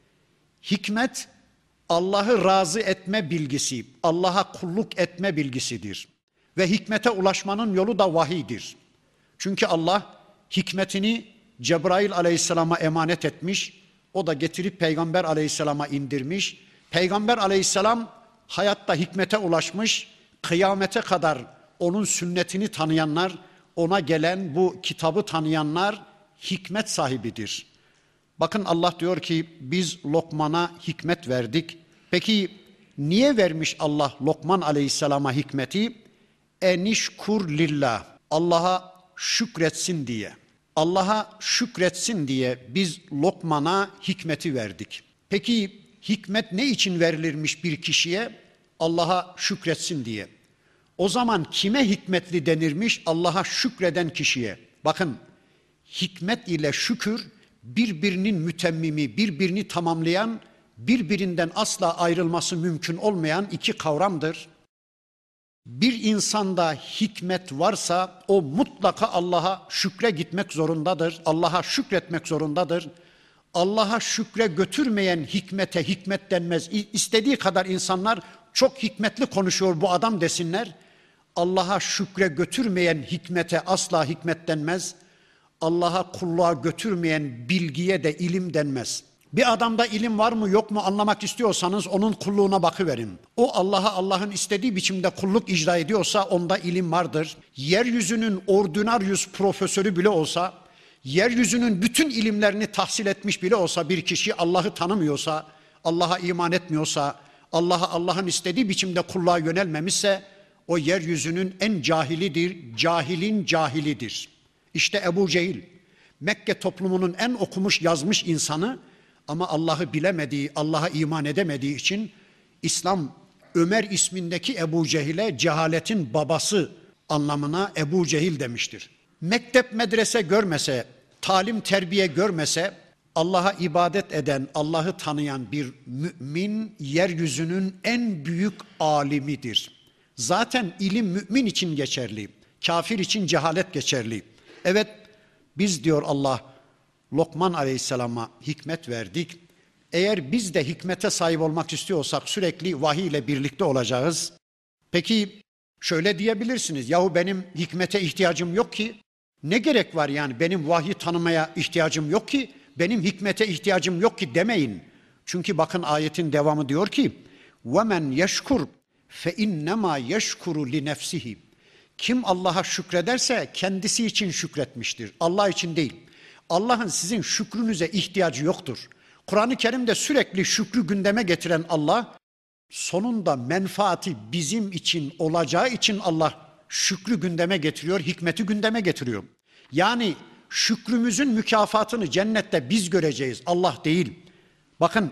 Hikmet Allah'ı razı etme bilgisi, Allah'a kulluk etme bilgisidir. Ve hikmete ulaşmanın yolu da vahiydir. Çünkü Allah hikmetini Cebrail aleyhisselama emanet etmiş, o da getirip Peygamber aleyhisselama indirmiş. Peygamber aleyhisselam hayatta hikmete ulaşmış, kıyamete kadar onun sünnetini tanıyanlar, ona gelen bu kitabı tanıyanlar hikmet sahibidir. Bakın Allah diyor ki biz Lokman'a hikmet verdik. Peki niye vermiş Allah Lokman aleyhisselama hikmeti? Enişkur lillah. Allah'a şükretsin diye. Allah'a şükretsin diye biz Lokman'a hikmeti verdik. Peki hikmet ne için verilirmiş bir kişiye? Allah'a şükretsin diye. O zaman kime hikmetli denirmiş? Allah'a şükreden kişiye. Bakın hikmet ile şükür birbirinin mütemmimi, birbirini tamamlayan, birbirinden asla ayrılması mümkün olmayan iki kavramdır. Bir insanda hikmet varsa o mutlaka Allah'a şükre gitmek zorundadır. Allah'a şükretmek zorundadır. Allah'a şükre götürmeyen hikmete hikmet denmez. İstediği kadar insanlar çok hikmetli konuşuyor bu adam desinler. Allah'a şükre götürmeyen hikmete asla hikmet denmez. Allah'a kulluğa götürmeyen bilgiye de ilim denmez. Bir adamda ilim var mı yok mu anlamak istiyorsanız onun kulluğuna bakıverin. O Allah'a Allah'ın istediği biçimde kulluk icra ediyorsa onda ilim vardır. Yeryüzünün ordinaryus profesörü bile olsa, yeryüzünün bütün ilimlerini tahsil etmiş bile olsa bir kişi Allah'ı tanımıyorsa, Allah'a iman etmiyorsa, Allah'a Allah'ın istediği biçimde kulluğa yönelmemişse o yeryüzünün en cahilidir, cahilin cahilidir. İşte Ebu Cehil, Mekke toplumunun en okumuş yazmış insanı ama Allah'ı bilemediği, Allah'a iman edemediği için İslam Ömer ismindeki Ebu Cehil'e cehaletin babası anlamına Ebu Cehil demiştir. Mektep medrese görmese, talim terbiye görmese Allah'a ibadet eden, Allah'ı tanıyan bir mümin yeryüzünün en büyük alimidir. Zaten ilim mümin için geçerli, kafir için cehalet geçerli. Evet, biz diyor Allah, Lokman Aleyhisselam'a hikmet verdik. Eğer biz de hikmete sahip olmak istiyorsak sürekli vahiy ile birlikte olacağız. Peki şöyle diyebilirsiniz, yahu benim hikmete ihtiyacım yok ki. Ne gerek var yani benim vahiy tanımaya ihtiyacım yok ki, benim hikmete ihtiyacım yok ki demeyin. Çünkü bakın ayetin devamı diyor ki, وَمَنْ يَشْكُرْ فَاِنَّمَا يَشْكُرُ لِنَفْسِهِ. Kim Allah'a şükrederse kendisi için şükretmiştir, Allah için değil. Allah'ın sizin şükrünüze ihtiyacı yoktur. Kur'an-ı Kerim'de sürekli şükrü gündeme getiren Allah, sonunda menfaati bizim için olacağı için Allah şükrü gündeme getiriyor, hikmeti gündeme getiriyor. Yani şükrümüzün mükafatını cennette biz göreceğiz, Allah değil. Bakın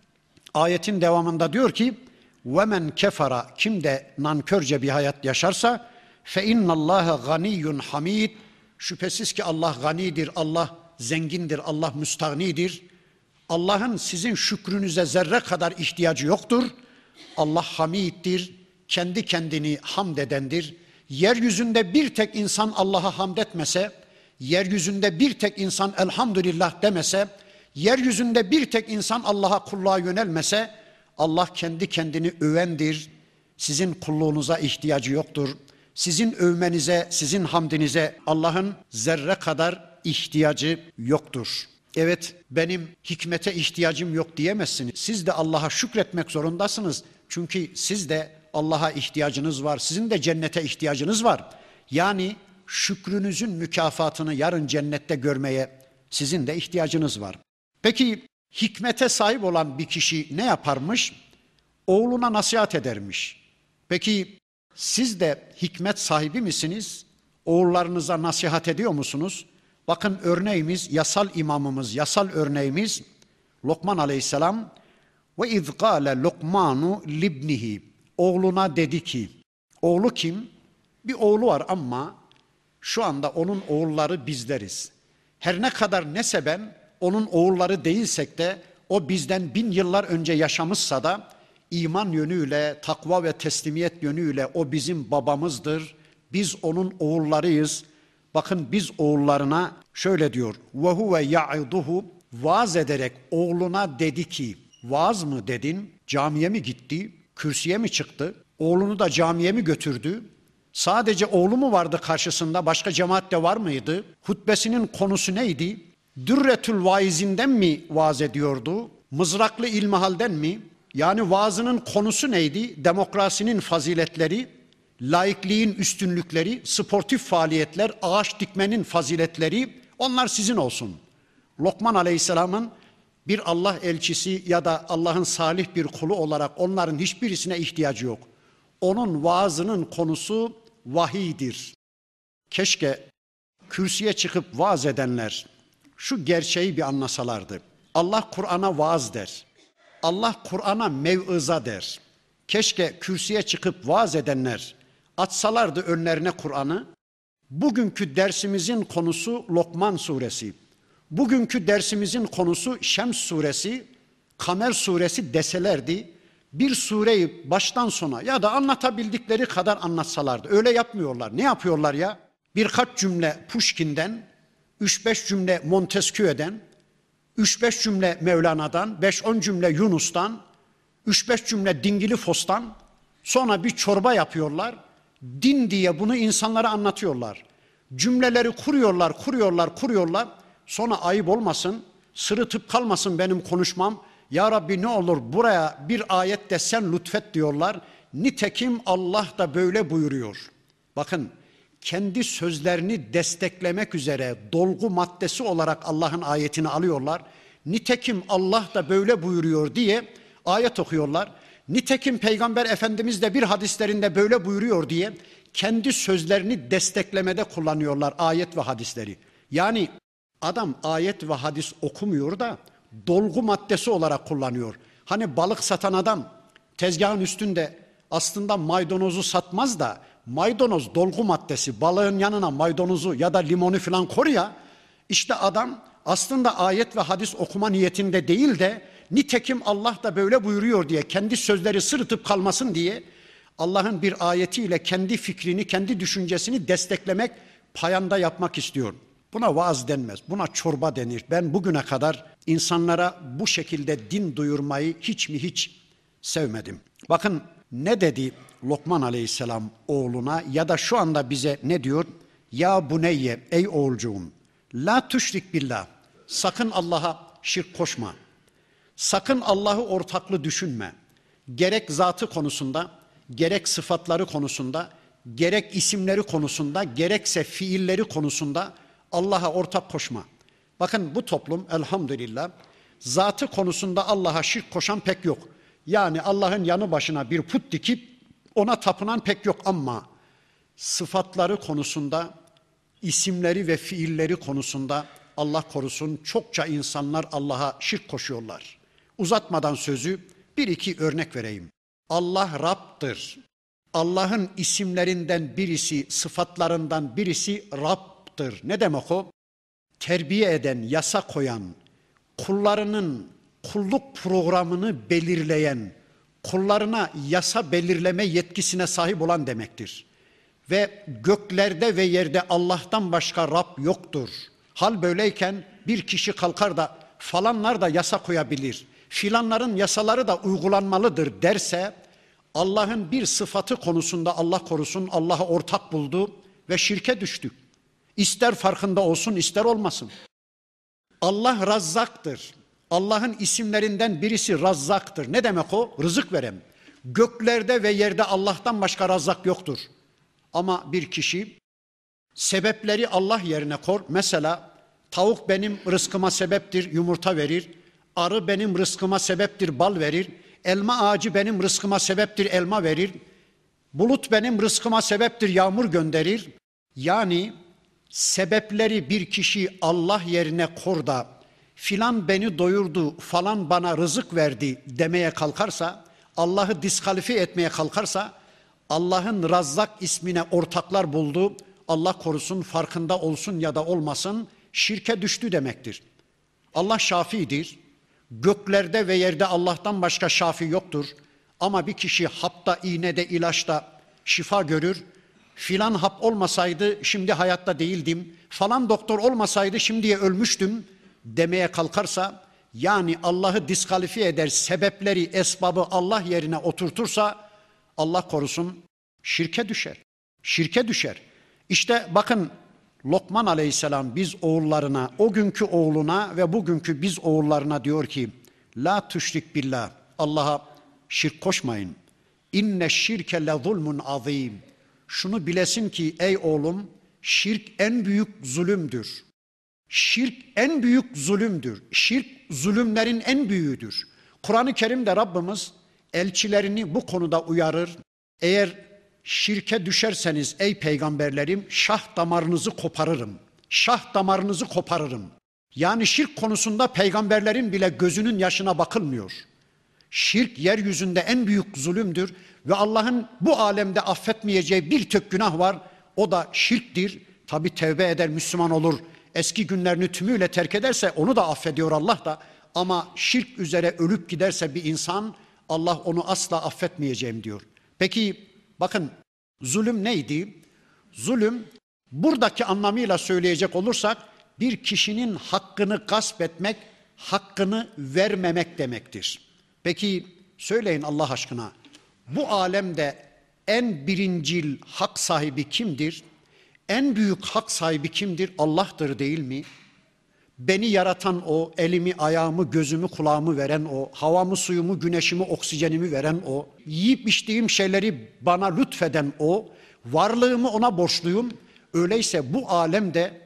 ayetin devamında diyor ki, وَمَنْ كَفَرَ Kim de nankörce bir hayat yaşarsa, فَاِنَّ اللّٰهَ غَنِيٌّ حَمِيدٌ Şüphesiz ki Allah ganidir, Allah zengindir, Allah müstahnidir. Allah'ın sizin şükrünüze zerre kadar ihtiyacı yoktur. Allah hamiddir, kendi kendini hamd edendir. Yeryüzünde bir tek insan Allah'a hamd etmese, yeryüzünde bir tek insan elhamdülillah demese, yeryüzünde bir tek insan Allah'a kulluğa yönelmese, Allah kendi kendini övendir. Sizin kulluğunuza ihtiyacı yoktur. Sizin övmenize, sizin hamdinize Allah'ın zerre kadar ihtiyacı yoktur. Evet, benim hikmete ihtiyacım yok diyemezsiniz. Siz de Allah'a şükretmek zorundasınız. Çünkü siz de Allah'a ihtiyacınız var. Sizin de cennete ihtiyacınız var. Yani şükrünüzün mükafatını yarın cennette görmeye sizin de ihtiyacınız var. Peki hikmete sahip olan bir kişi ne yaparmış? Oğluna nasihat edermiş. Peki siz de hikmet sahibi misiniz? Oğullarınıza nasihat ediyor musunuz? Bakın örneğimiz, yasal imamımız, yasal örneğimiz Lokman Aleyhisselam ve iz gâle Lokmanu libnihi. Oğluna dedi ki, oğlu kim? Bir oğlu var ama şu anda onun oğulları bizleriz. Her ne kadar neseben onun oğulları değilsek de o bizden bin yıllar önce yaşamışsa da iman yönüyle, takva ve teslimiyet yönüyle o bizim babamızdır. Biz onun oğullarıyız. Bakın biz oğullarına şöyle diyor. Ve huve ya'iduhu vaaz ederek oğluna dedi ki, vaaz mı dedin? Camiye mi gitti? Kürsüye mi çıktı? Oğlunu da camiye mi götürdü? Sadece oğlu mu vardı karşısında? Başka cemaat de var mıydı? Hutbesinin konusu neydi? Dürretül vaizinden mi vaaz ediyordu? Mızraklı ilmihalden mi? Yani vaazının konusu neydi? Demokrasinin faziletleri, laikliğin üstünlükleri, sportif faaliyetler, ağaç dikmenin faziletleri, onlar sizin olsun. Lokman Aleyhisselam'ın bir Allah elçisi ya da Allah'ın salih bir kulu olarak onların hiçbirisine ihtiyacı yok. Onun vaazının konusu vahiydir. Keşke kürsüye çıkıp vaaz edenler şu gerçeği bir anlasalardı. Allah Kur'an'a vaaz der. Allah Kur'an'a mev'iza der. Keşke kürsüye çıkıp vaaz edenler atsalardı önlerine Kur'an'ı. Bugünkü dersimizin konusu Lokman suresi. Bugünkü dersimizin konusu Şems suresi, Kamer suresi deselerdi. bir sureyi baştan sona ya da anlatabildikleri kadar anlatsalardı. Öyle yapmıyorlar. Ne yapıyorlar ya? Birkaç cümle Pushkin'den, üç beş cümle Montesquieu'den, üç beş cümle Mevlana'dan, beş on cümle Yunus'tan, üç beş cümle Dingili Fos'tan, sonra bir çorba yapıyorlar. Din diye bunu insanlara anlatıyorlar. Cümleleri kuruyorlar, kuruyorlar, kuruyorlar. Sonra ayıp olmasın, sırıtıp kalmasın benim konuşmam. Ya Rabbi ne olur buraya bir ayette sen lütfet diyorlar. Nitekim Allah da böyle buyuruyor. Bakın, kendi sözlerini desteklemek üzere dolgu maddesi olarak Allah'ın ayetini alıyorlar. Nitekim Allah da böyle buyuruyor diye ayet okuyorlar. Nitekim Peygamber Efendimiz de bir hadislerinde böyle buyuruyor diye kendi sözlerini desteklemede kullanıyorlar ayet ve hadisleri. Yani adam ayet ve hadis okumuyor da dolgu maddesi olarak kullanıyor. Hani balık satan adam tezgahın üstünde aslında maydanozu satmaz da maydanoz dolgu maddesi, balığın yanına maydanozu ya da limonu falan koy ya, işte adam aslında ayet ve hadis okuma niyetinde değil de nitekim Allah da böyle buyuruyor diye kendi sözleri sırıtıp kalmasın diye Allah'ın bir ayetiyle kendi fikrini, kendi düşüncesini desteklemek, payanda yapmak istiyor. Buna vaaz denmez, buna çorba denir. Ben bugüne kadar insanlara bu şekilde din duyurmayı hiç mi hiç sevmedim. Bakın ne dedi Lokman Aleyhisselam oğluna ya da şu anda bize ne diyor? Ya buneyye, ey oğulcuğum, la tüşrik billah, sakın Allah'a şirk koşma. Sakın Allah'ı ortaklı düşünme. Gerek zatı konusunda, gerek sıfatları konusunda, gerek isimleri konusunda, gerekse fiilleri konusunda Allah'a ortak koşma. Bakın bu toplum elhamdülillah zatı konusunda Allah'a şirk koşan pek yok. Yani Allah'ın yanı başına bir put dikip ona tapınan pek yok ama sıfatları konusunda, isimleri ve fiilleri konusunda Allah korusun çokça insanlar Allah'a şirk koşuyorlar. Uzatmadan sözü bir iki örnek vereyim. Allah Rab'dır. Allah'ın isimlerinden birisi, sıfatlarından birisi Rab'dır. Ne demek o? Terbiye eden, yasa koyan, kullarının kulluk programını belirleyen, kullarına yasa belirleme yetkisine sahip olan demektir. Ve göklerde ve yerde Allah'tan başka Rab yoktur. Hal böyleyken bir kişi kalkar da falanlar da yasa koyabilir, filanların yasaları da uygulanmalıdır derse, Allah'ın bir sıfatı konusunda Allah korusun Allah'a ortak buldu ve şirke düştü. İster farkında olsun ister olmasın. Allah Razzak'tır. Allah'ın isimlerinden birisi Razzak'tır. Ne demek o? Rızık veren. Göklerde ve yerde Allah'tan başka Razzak yoktur. Ama bir kişi sebepleri Allah yerine koy. Mesela tavuk benim rızkıma sebeptir, yumurta verir. Arı benim rızkıma sebeptir, bal verir. Elma ağacı benim rızkıma sebeptir, elma verir. Bulut benim rızkıma sebeptir, yağmur gönderir. Yani sebepleri bir kişi Allah yerine kor da filan beni doyurdu, falan bana rızık verdi demeye kalkarsa, Allah'ı diskalifiye etmeye kalkarsa, Allah'ın Razzak ismine ortaklar buldu, Allah korusun farkında olsun ya da olmasın şirke düştü demektir. Allah şafidir. Göklerde ve yerde Allah'tan başka şafi yoktur. Ama bir kişi hapta, iğnede, ilaçta şifa görür. Filan hap olmasaydı şimdi hayatta değildim. Falan doktor olmasaydı şimdiye ölmüştüm demeye kalkarsa, yani Allah'ı diskalifiye eder, sebepleri, esbabı Allah yerine oturtursa, Allah korusun şirke düşer. Şirke düşer. İşte bakın Lokman Aleyhisselam biz oğullarına, o günkü oğluna ve bugünkü biz oğullarına diyor ki, la tüşrik billah, Allah'a şirk koşmayın. İnne şirke le zulmun azim. Şunu bilesin ki ey oğlum, şirk en büyük zulümdür. Şirk en büyük zulümdür. Şirk zulümlerin en büyüğüdür. Kur'an-ı Kerim'de Rabbimiz elçilerini bu konuda uyarır. Eğer şirke düşerseniz ey peygamberlerim şah damarınızı koparırım. Şah damarınızı koparırım. Yani şirk konusunda peygamberlerin bile gözünün yaşına bakılmıyor. Şirk yeryüzünde en büyük zulümdür ve Allah'ın bu alemde affetmeyeceği bir tek günah var. O da şirktir. Tabi tevbe eder, Müslüman olur. Eski günlerini tümüyle terk ederse onu da affediyor Allah da. Ama şirk üzere ölüp giderse bir insan Allah onu asla affetmeyeceğim diyor. Peki bakın zulüm neydi? Zulüm buradaki anlamıyla söyleyecek olursak bir kişinin hakkını gasp etmek, hakkını vermemek demektir. Peki söyleyin Allah aşkına, bu alemde en birincil hak sahibi kimdir? En büyük hak sahibi kimdir? Allah'tır değil mi? Beni yaratan O, elimi, ayağımı, gözümü, kulağımı veren O, havamı, suyumu, güneşimi, oksijenimi veren O, yiyip içtiğim şeyleri bana lütfeden O, varlığımı O'na borçluyum. Öyleyse bu alemde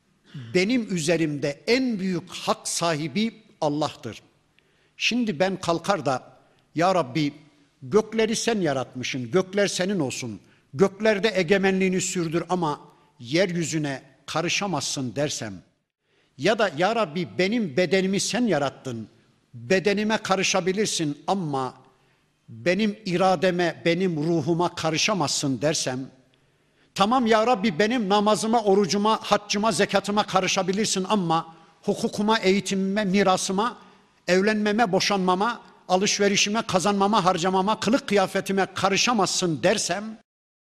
benim üzerimde en büyük hak sahibi Allah'tır. Şimdi ben kalkar da ya Rabbi gökleri sen yaratmışsın, gökler senin olsun, göklerde egemenliğini sürdür ama yeryüzüne karışamazsın dersem, ya da ya Rabbi benim bedenimi sen yarattın, bedenime karışabilirsin ama benim irademe, benim ruhuma karışamazsın dersem, tamam ya Rabbi benim namazıma, orucuma, haccıma, zekatıma karışabilirsin ama hukukuma, eğitimime, mirasıma, evlenmeme, boşanmama, alışverişime, kazanmama, harcamama, kılık kıyafetime karışamazsın dersem,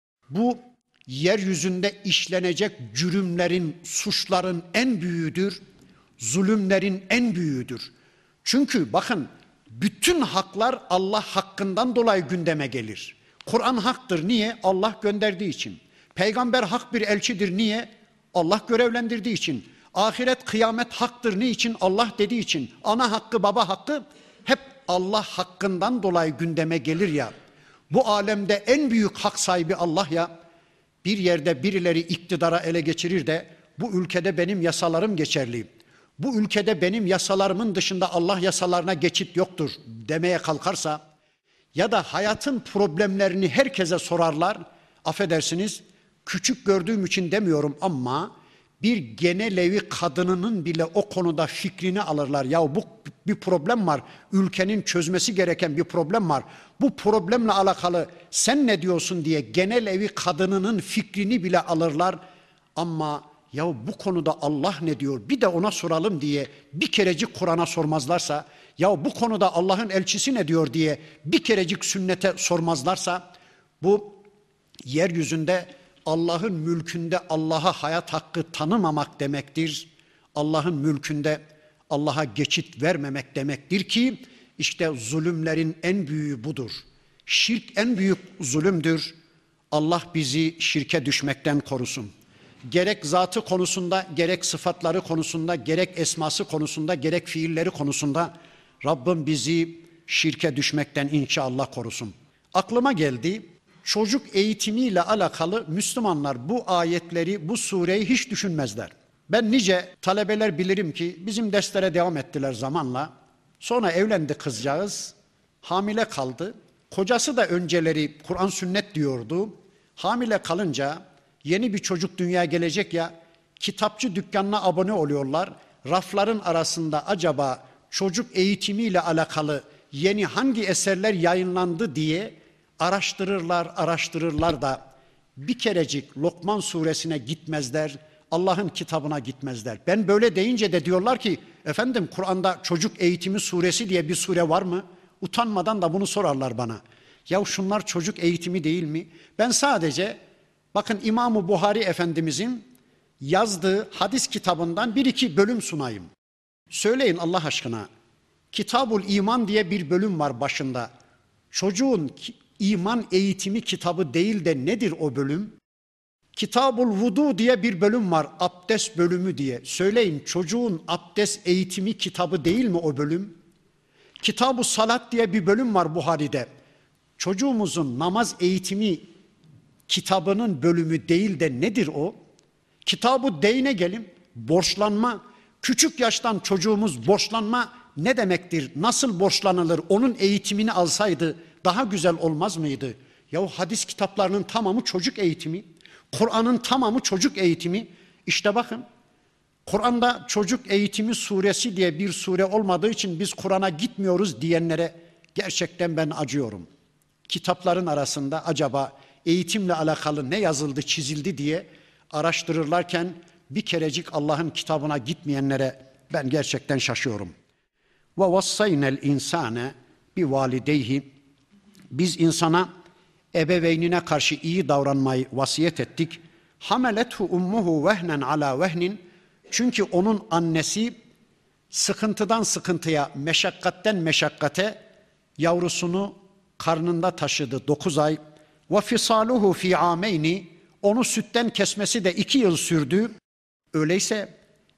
bu yeryüzünde işlenecek cürümlerin, suçların en büyüğüdür, zulümlerin en büyüğüdür. Çünkü bakın bütün haklar Allah hakkından dolayı gündeme gelir. Kur'an haktır. Niye? Allah gönderdiği için. Peygamber hak bir elçidir. Niye? Allah görevlendirdiği için. Ahiret, kıyamet haktır. Niçin? Allah dediği için. Ana hakkı, baba hakkı hep Allah hakkından dolayı gündeme gelir ya. Bu alemde en büyük hak sahibi Allah ya. Bir yerde birileri iktidara ele geçirir de bu ülkede benim yasalarım geçerli, bu ülkede benim yasalarımın dışında Allah yasalarına geçit yoktur demeye kalkarsa ya da hayatın problemlerini herkese sorarlar, affedersiniz küçük gördüğüm için demiyorum ama bir genel evi kadınının bile o konuda fikrini alırlar. Ya bu bir problem var, ülkenin çözmesi gereken bir problem var. Bu problemle alakalı sen ne diyorsun diye genel evi kadınının fikrini bile alırlar. Ama ya bu konuda Allah ne diyor bir de ona soralım diye bir kerecik Kur'an'a sormazlarsa, ya bu konuda Allah'ın elçisi ne diyor diye bir kerecik sünnete sormazlarsa, bu yeryüzünde Allah'ın mülkünde Allah'a hayat hakkı tanımamak demektir. Allah'ın mülkünde Allah'a geçit vermemek demektir ki işte zulümlerin en büyüğü budur. Şirk en büyük zulümdür. Allah bizi şirke düşmekten korusun. Gerek zatı konusunda, gerek sıfatları konusunda, gerek esması konusunda, gerek fiilleri konusunda Rabbim bizi şirke düşmekten inşallah korusun. Aklıma geldi, çocuk eğitimiyle alakalı Müslümanlar bu ayetleri, bu sureyi hiç düşünmezler. Ben nice talebeler bilirim ki bizim derslere devam ettiler zamanla. Sonra evlendi kızcağız, hamile kaldı. Kocası da önceleri Kur'an sünnet diyordu. Hamile kalınca yeni bir çocuk dünyaya gelecek ya, kitapçı dükkanına abone oluyorlar. Rafların arasında acaba çocuk eğitimiyle alakalı yeni hangi eserler yayınlandı diye araştırırlar, araştırırlar da bir kerecik Lokman suresine gitmezler, Allah'ın kitabına gitmezler. Ben böyle deyince de diyorlar ki, efendim Kur'an'da çocuk eğitimi suresi diye bir sure var mı? Utanmadan da bunu sorarlar bana. Ya şunlar çocuk eğitimi değil mi? Ben sadece, bakın İmam-ı Buhari Efendimizin yazdığı hadis kitabından bir iki bölüm sunayım. Söyleyin Allah aşkına, Kitabul İman diye bir bölüm var başında. Çocuğun iman eğitimi kitabı değil de nedir o bölüm? Kitabul Vudu diye bir bölüm var, abdest bölümü diye. Söyleyin, çocuğun abdest eğitimi kitabı değil mi o bölüm? Kitab-ı Salat diye bir bölüm var Buhari'de. Çocuğumuzun namaz eğitimi kitabının bölümü değil de nedir o? Kitab-ı Deyn'e gelin, borçlanma. Küçük yaştan çocuğumuz borçlanma ne demektir? Nasıl borçlanılır? Onun eğitimini alsaydı daha güzel olmaz mıydı? Yahu hadis kitaplarının tamamı çocuk eğitimi. Kur'an'ın tamamı çocuk eğitimi. İşte bakın, Kur'an'da çocuk eğitimi suresi diye bir sure olmadığı için biz Kur'an'a gitmiyoruz diyenlere gerçekten ben acıyorum. Kitapların arasında acaba eğitimle alakalı ne yazıldı, çizildi diye araştırırlarken bir kerecik Allah'ın kitabına gitmeyenlere ben gerçekten şaşıyorum. Ve vassaynel insane bi valideyhi. Biz insana ebeveynine karşı iyi davranmayı vasiyet ettik. Hamelethu ummuhu vehnen ala vehnin. Çünkü onun annesi sıkıntıdan sıkıntıya, meşakkatten meşakkate yavrusunu karnında taşıdı dokuz ay. Ve fisaluhu fi ameyni. Onu sütten kesmesi de iki yıl sürdü. Öyleyse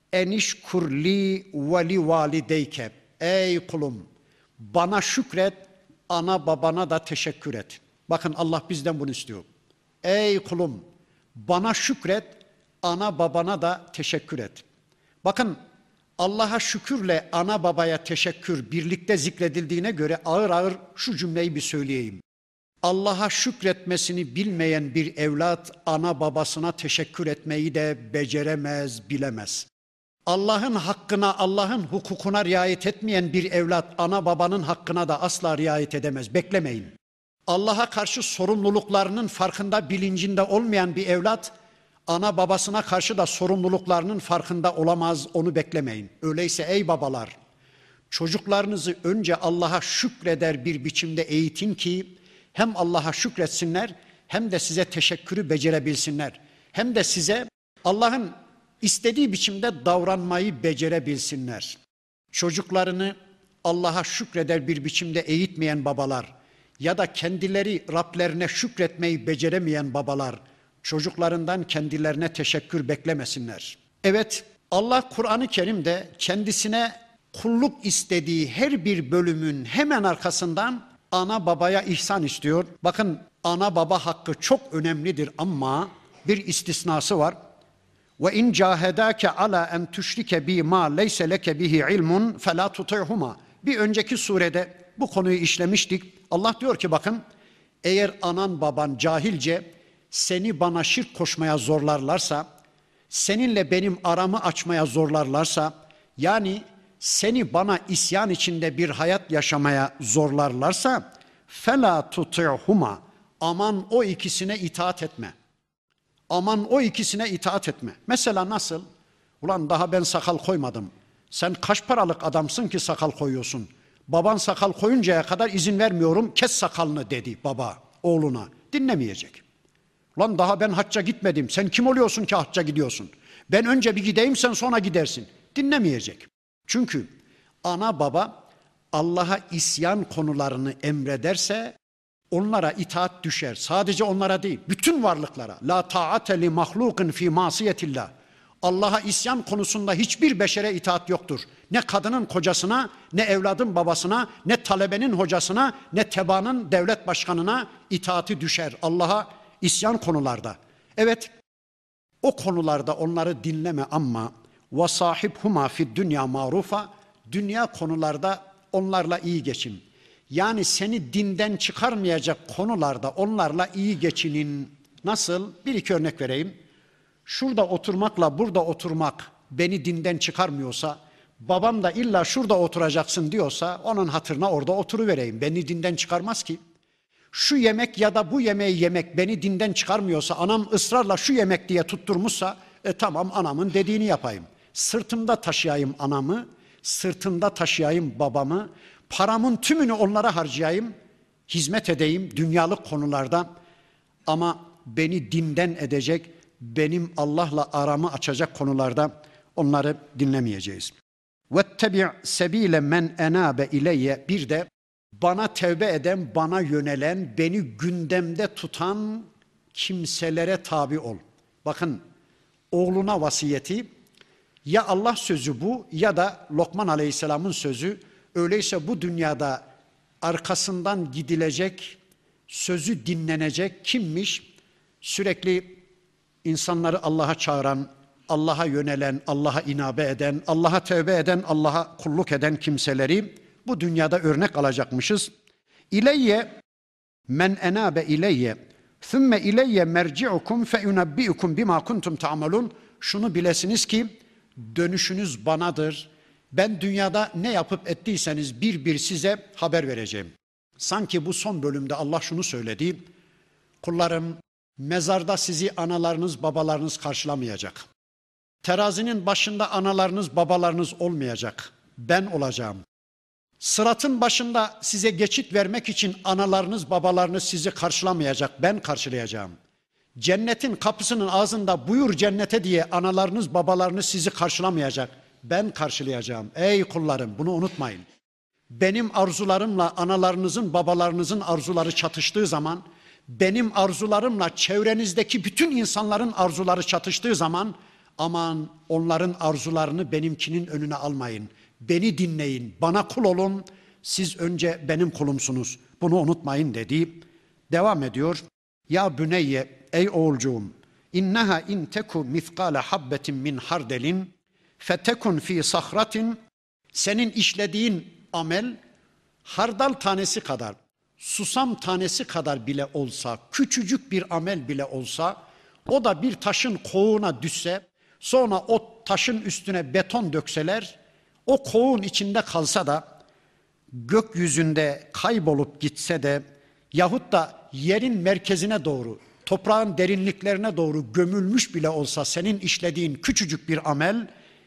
enişkurli ve li valideyke. Ey kulum, bana şükret, ana babana da teşekkür et. Bakın Allah bizden bunu istiyor. Ey kulum, bana şükret, ana babana da teşekkür et. Bakın Allah'a şükürle ana babaya teşekkür birlikte zikredildiğine göre ağır ağır şu cümleyi bir söyleyeyim. Allah'a şükretmesini bilmeyen bir evlat ana babasına teşekkür etmeyi de beceremez, bilemez. Allah'ın hakkına, Allah'ın hukukuna riayet etmeyen bir evlat ana babanın hakkına da asla riayet edemez. Beklemeyin. Allah'a karşı sorumluluklarının farkında, bilincinde olmayan bir evlat ana babasına karşı da sorumluluklarının farkında olamaz, onu beklemeyin. Öyleyse ey babalar, çocuklarınızı önce Allah'a şükreder bir biçimde eğitin ki hem Allah'a şükretsinler hem de size teşekkürü becerebilsinler. Hem de size Allah'ın istediği biçimde davranmayı becerebilsinler. Çocuklarını Allah'a şükreder bir biçimde eğitmeyen babalar ya da kendileri Rablerine şükretmeyi beceremeyen babalar çocuklarından kendilerine teşekkür beklemesinler. Evet, Allah Kur'an-ı Kerim'de kendisine kulluk istediği her bir bölümün hemen arkasından ana babaya ihsan istiyor. Bakın ana baba hakkı çok önemlidir ama bir istisnası var. Ve in cahedake ala en tüşrike bi ma leyse leke bihi ilmun fela tuti'huma. Bir önceki surede bu konuyu işlemiştik. Allah diyor ki bakın, eğer anan baban cahilce seni bana şirk koşmaya zorlarlarsa, seninle benim aramı açmaya zorlarlarsa, yani seni bana isyan içinde bir hayat yaşamaya zorlarlarsa, fela tuti'huma, aman o ikisine itaat etme. Aman o ikisine itaat etme. Mesela nasıl? Ulan daha ben sakal koymadım. Sen kaç paralık adamsın ki sakal koyuyorsun? Baban sakal koyuncaya kadar izin vermiyorum, kes sakalını dedi baba oğluna. Dinlemeyecek. Ulan daha ben hacca gitmedim. Sen kim oluyorsun ki hacca gidiyorsun? Ben önce bir gideyim, sen sonra gidersin. Dinlemeyecek. Çünkü ana baba Allah'a isyan konularını emrederse onlara itaat düşer. Sadece onlara değil, bütün varlıklara. La ta'ate li mahlukin fi masiyetillah. Allah'a isyan konusunda hiçbir beşere itaat yoktur. Ne kadının kocasına, ne evladın babasına, ne talebenin hocasına, ne tebaanın devlet başkanına itaati düşer. Allah'a isyan konularda. Evet, o konularda onları dinleme ama ve sahibhuma fid dünya marufa, dünya konularda onlarla iyi geçin. Yani seni dinden çıkarmayacak konularda onlarla iyi geçinin. Nasıl? Bir iki örnek vereyim. Şurada oturmakla burada oturmak beni dinden çıkarmıyorsa, babam da illa şurada oturacaksın diyorsa onun hatırına orada oturuvereyim. Beni dinden çıkarmaz ki. Şu yemek ya da bu yemeği yemek beni dinden çıkarmıyorsa, anam ısrarla şu yemek diye tutturmuşsa, e tamam anamın dediğini yapayım. Sırtımda taşıyayım anamı, sırtımda taşıyayım babamı, paramın tümünü onlara harcayayım, hizmet edeyim dünyalık konularda. Ama beni dinden edecek, benim Allah'la aramı açacak konularda onları dinlemeyeceğiz. وَاتَّبِعْ سَب۪يلَ مَنْ اَنَابَ اِلَيَّ. Bir de bana tevbe eden, bana yönelen, beni gündemde tutan kimselere tabi ol. Bakın oğluna vasiyeti, ya Allah sözü bu ya da Lokman Aleyhisselam'ın sözü. Öyleyse bu dünyada arkasından gidilecek, sözü dinlenecek kimmiş? Sürekli insanları Allah'a çağıran, Allah'a yönelen, Allah'a inabe eden, Allah'a tevbe eden, Allah'a kulluk eden kimseleri bu dünyada örnek alacakmışız. İleyye men enabe ileyye thumme ileyye merci'ukum fe unabbi'ukum bima kuntum ta'malun. Şunu bilesiniz ki dönüşünüz banadır. Ben dünyada ne yapıp ettiyseniz bir bir size haber vereceğim. Sanki bu son bölümde Allah şunu söyledi. Kullarım, mezarda sizi analarınız, babalarınız karşılamayacak. Terazinin başında analarınız, babalarınız olmayacak. Ben olacağım. Sıratın başında size geçit vermek için analarınız, babalarınız sizi karşılamayacak, ben karşılayacağım. Cennetin kapısının ağzında buyur cennete diye analarınız, babalarınız sizi karşılamayacak, ben karşılayacağım. Ey kullarım, bunu unutmayın. Benim arzularımla analarınızın, babalarınızın arzuları çatıştığı zaman, benim arzularımla çevrenizdeki bütün insanların arzuları çatıştığı zaman, aman onların arzularını benimkinin önüne almayın. Beni dinleyin, bana kul olun, siz önce benim kulumsunuz. Bunu unutmayın dedi. Devam ediyor. Ya büneyye, ey oğulcuğum, inneha in teku mithqale habbetin min hardelin, fetekun fi sahratin, senin işlediğin amel, hardal tanesi kadar, susam tanesi kadar bile olsa, küçücük bir amel bile olsa, o da bir taşın koğuna düşse, sonra o taşın üstüne beton dökseler, o koğun içinde kalsa da, gökyüzünde kaybolup gitse de, yahut da yerin merkezine doğru, toprağın derinliklerine doğru gömülmüş bile olsa senin işlediğin küçücük bir amel,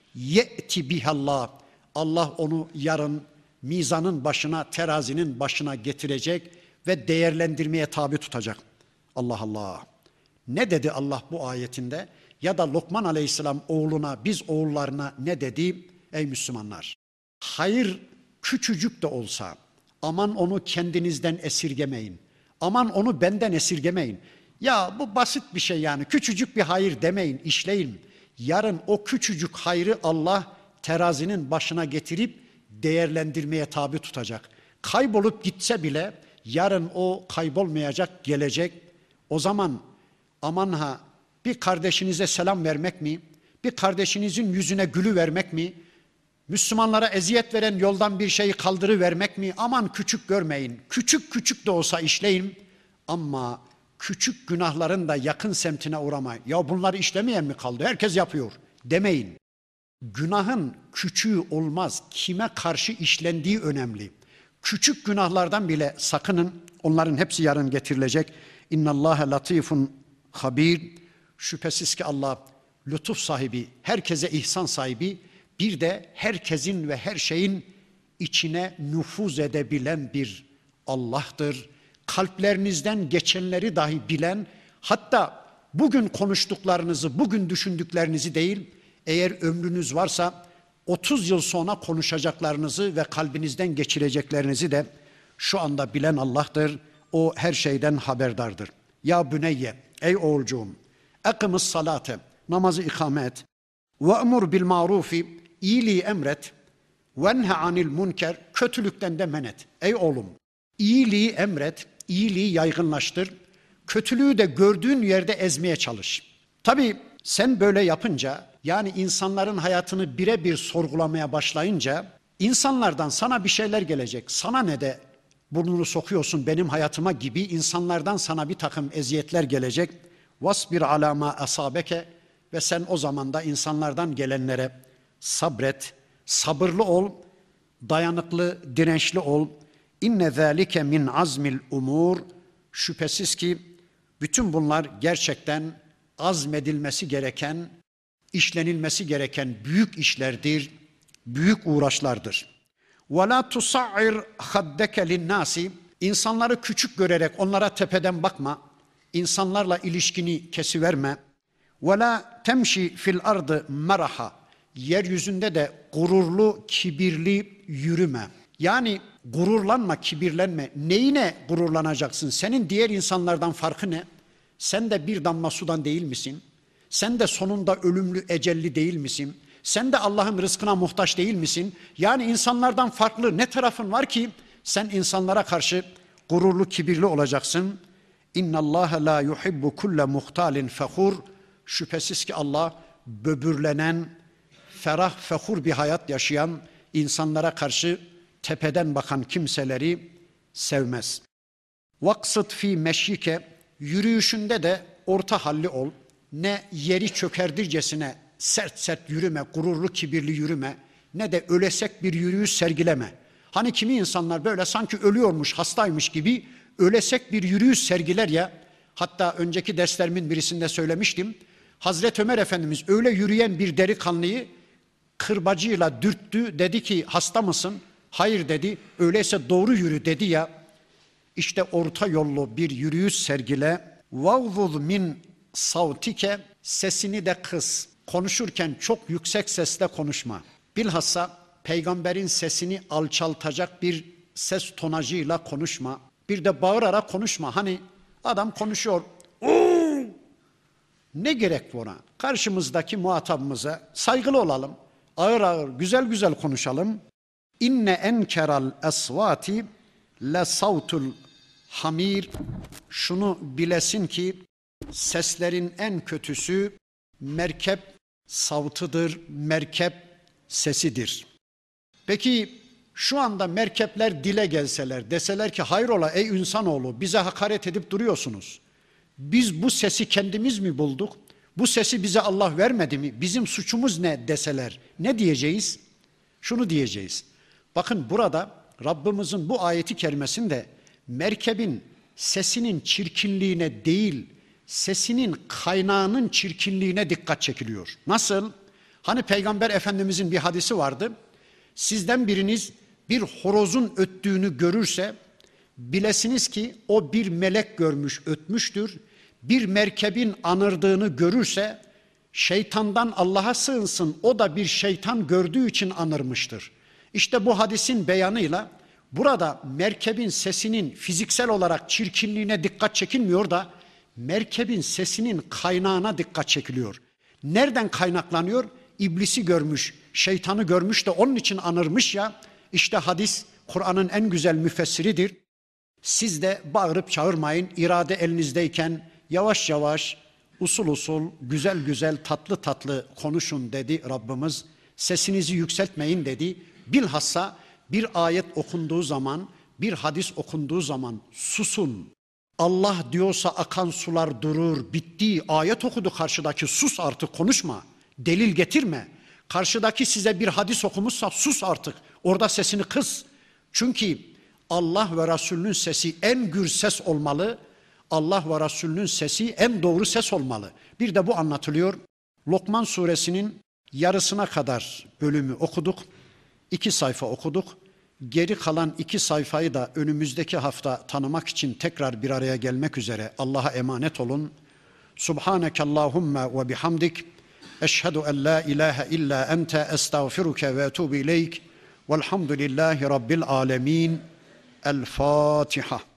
ye'ti bihallah, Allah onu yarın mizanın başına, terazinin başına getirecek ve değerlendirmeye tabi tutacak. Allah Allah. Ne dedi Allah bu ayetinde? Ya da Lokman Aleyhisselam oğluna, biz oğullarına ne dedi? Ey Müslümanlar, hayır küçücük de olsa, aman onu kendinizden esirgemeyin. Aman onu benden esirgemeyin. Ya bu basit bir şey yani, küçücük bir hayır demeyin, işleyin. Yarın o küçücük hayrı Allah terazinin başına getirip değerlendirmeye tabi tutacak. Kaybolup gitse bile yarın o kaybolmayacak, gelecek. O zaman aman ha, bir kardeşinize selam vermek mi? Bir kardeşinizin yüzüne gülü vermek mi? Müslümanlara eziyet veren yoldan bir şeyi kaldırıvermek mi? Aman küçük görmeyin. Küçük küçük de olsa işleyin. Ama küçük günahların da yakın semtine uğramayın. Ya bunları işlemeyen mi kaldı? Herkes yapıyor demeyin. Günahın küçüğü olmaz. Kime karşı işlendiği önemli. Küçük günahlardan bile sakının. Onların hepsi yarın getirilecek. İnnallâhe latifun habir. Şüphesiz ki Allah lütuf sahibi, herkese ihsan sahibi, bir de herkesin ve her şeyin içine nüfuz edebilen bir Allah'tır. Kalplerinizden geçenleri dahi bilen, hatta bugün konuştuklarınızı, bugün düşündüklerinizi değil, eğer ömrünüz varsa otuz yıl sonra konuşacaklarınızı ve kalbinizden geçireceklerinizi de şu anda bilen Allah'tır. O her şeyden haberdardır. Ya büneyye, ey oğulcuğum, ekımus salate, namazı ikame et, ve emur bil marufi, iyiliği emret, venhe anil münker, kötülükten de men et. Ey oğlum, iyiliği emret, iyiliği yaygınlaştır, kötülüğü de gördüğün yerde ezmeye çalış. Tabii sen böyle yapınca, yani insanların hayatını birebir sorgulamaya başlayınca, insanlardan sana bir şeyler gelecek. Sana ne de burnunu sokuyorsun benim hayatıma gibi insanlardan sana bir takım eziyetler gelecek. Vasbir ala ma asabeke, ve sen o zaman da insanlardan gelenlere sabret, sabırlı ol, dayanıklı, dirençli ol. İnne zâlike min azmil umur. Şüphesiz ki bütün bunlar gerçekten azmedilmesi gereken, işlenilmesi gereken büyük işlerdir, büyük uğraşlardır. وَلَا تُصَعِّرْ خَدَّكَ لِلنَّاسِ. İnsanları küçük görerek onlara tepeden bakma, insanlarla ilişkini kesiverme. وَلَا تَمْشِ fil ardı meraha. Yeryüzünde de gururlu, kibirli yürüme. Yani gururlanma, kibirlenme. Neyine gururlanacaksın? Senin diğer insanlardan farkı ne? Sen de bir damla sudan değil misin? Sen de sonunda ölümlü, ecelli değil misin? Sen de Allah'ın rızkına muhtaç değil misin? Yani insanlardan farklı ne tarafın var ki sen insanlara karşı gururlu, kibirli olacaksın? İnna Allah la yuhibbu kulle muhtalin fehur. Şüphesiz ki Allah böbürlenen, ferah, fehur bir hayat yaşayan, insanlara karşı tepeden bakan kimseleri sevmez. Vaksıt fi meşyike, yürüyüşünde de orta halli ol. Ne yeri çökerdircesine sert sert yürüme, gururlu, kibirli yürüme, ne de ölesek bir yürüyüş sergileme. Hani kimi insanlar böyle sanki ölüyormuş, hastaymış gibi ölesek bir yürüyüş sergiler ya. Hatta önceki derslerimin birisinde söylemiştim. Hazreti Ömer Efendimiz öyle yürüyen bir delikanlıyı kırbacıyla dürttü. Dedi ki hasta mısın? Hayır dedi, öyleyse doğru yürü dedi ya. İşte orta yollu bir yürüyüş sergile. Vavvuz min savtike, sesini de kıs. Konuşurken çok yüksek sesle konuşma. Bilhassa peygamberin sesini alçaltacak bir ses tonajıyla konuşma. Bir de bağırarak konuşma. Hani adam konuşuyor. Oo! Ne gerek buna? Karşımızdaki muhatabımıza saygılı olalım. Ağır ağır, güzel güzel konuşalım. İnne enkeral esvati le savtul hamir. Şunu bilesin ki seslerin en kötüsü merkep savtıdır, merkep sesidir. Peki şu anda merkepler dile gelseler, deseler ki hayrola ey insanoğlu bize hakaret edip duruyorsunuz. Biz bu sesi kendimiz mi bulduk? Bu sesi bize Allah vermedi mi? Bizim suçumuz ne deseler ne diyeceğiz? Şunu diyeceğiz. Bakın burada Rabbimizin bu ayeti kerimesinde merkebin sesinin çirkinliğine değil, sesinin kaynağının çirkinliğine dikkat çekiliyor. Nasıl? Hani Peygamber Efendimizin bir hadisi vardı. Sizden biriniz bir horozun öttüğünü görürse bilesiniz ki o bir melek görmüş, ötmüştür. Bir merkebin anırdığını görürse şeytandan Allah'a sığınsın, o da bir şeytan gördüğü için anırmıştır. İşte bu hadisin beyanıyla burada merkebin sesinin fiziksel olarak çirkinliğine dikkat çekilmiyor da merkebin sesinin kaynağına dikkat çekiliyor. Nereden kaynaklanıyor? İblisi görmüş, şeytanı görmüş de onun için anırmış ya. İşte hadis Kur'an'ın en güzel müfessiridir. Siz de bağırıp çağırmayın, irade elinizdeyken yavaş yavaş, usul usul, güzel güzel, tatlı tatlı konuşun dedi Rabbimiz. Sesinizi yükseltmeyin dedi. Bilhassa bir ayet okunduğu zaman, bir hadis okunduğu zaman susun. Allah diyorsa akan sular durur, bitti. Ayet okudu karşıdaki, sus artık konuşma. Delil getirme. Karşıdaki size bir hadis okumuşsa sus artık. Orada sesini kıs. Çünkü Allah ve Resulünün sesi en gür ses olmalı. Allah ve Resulünün sesi en doğru ses olmalı. Bir de bu anlatılıyor. Lokman suresinin yarısına kadar bölümü okuduk. İki sayfa okuduk. Geri kalan iki sayfayı da önümüzdeki hafta tanımak için tekrar bir araya gelmek üzere Allah'a emanet olun. Subhaneke Allahumma ve bihamdik. Eşhedü en la ilahe illa ente estağfiruke ve etubu ileyk. Velhamdülillahi Rabbil alemin. El Fatiha.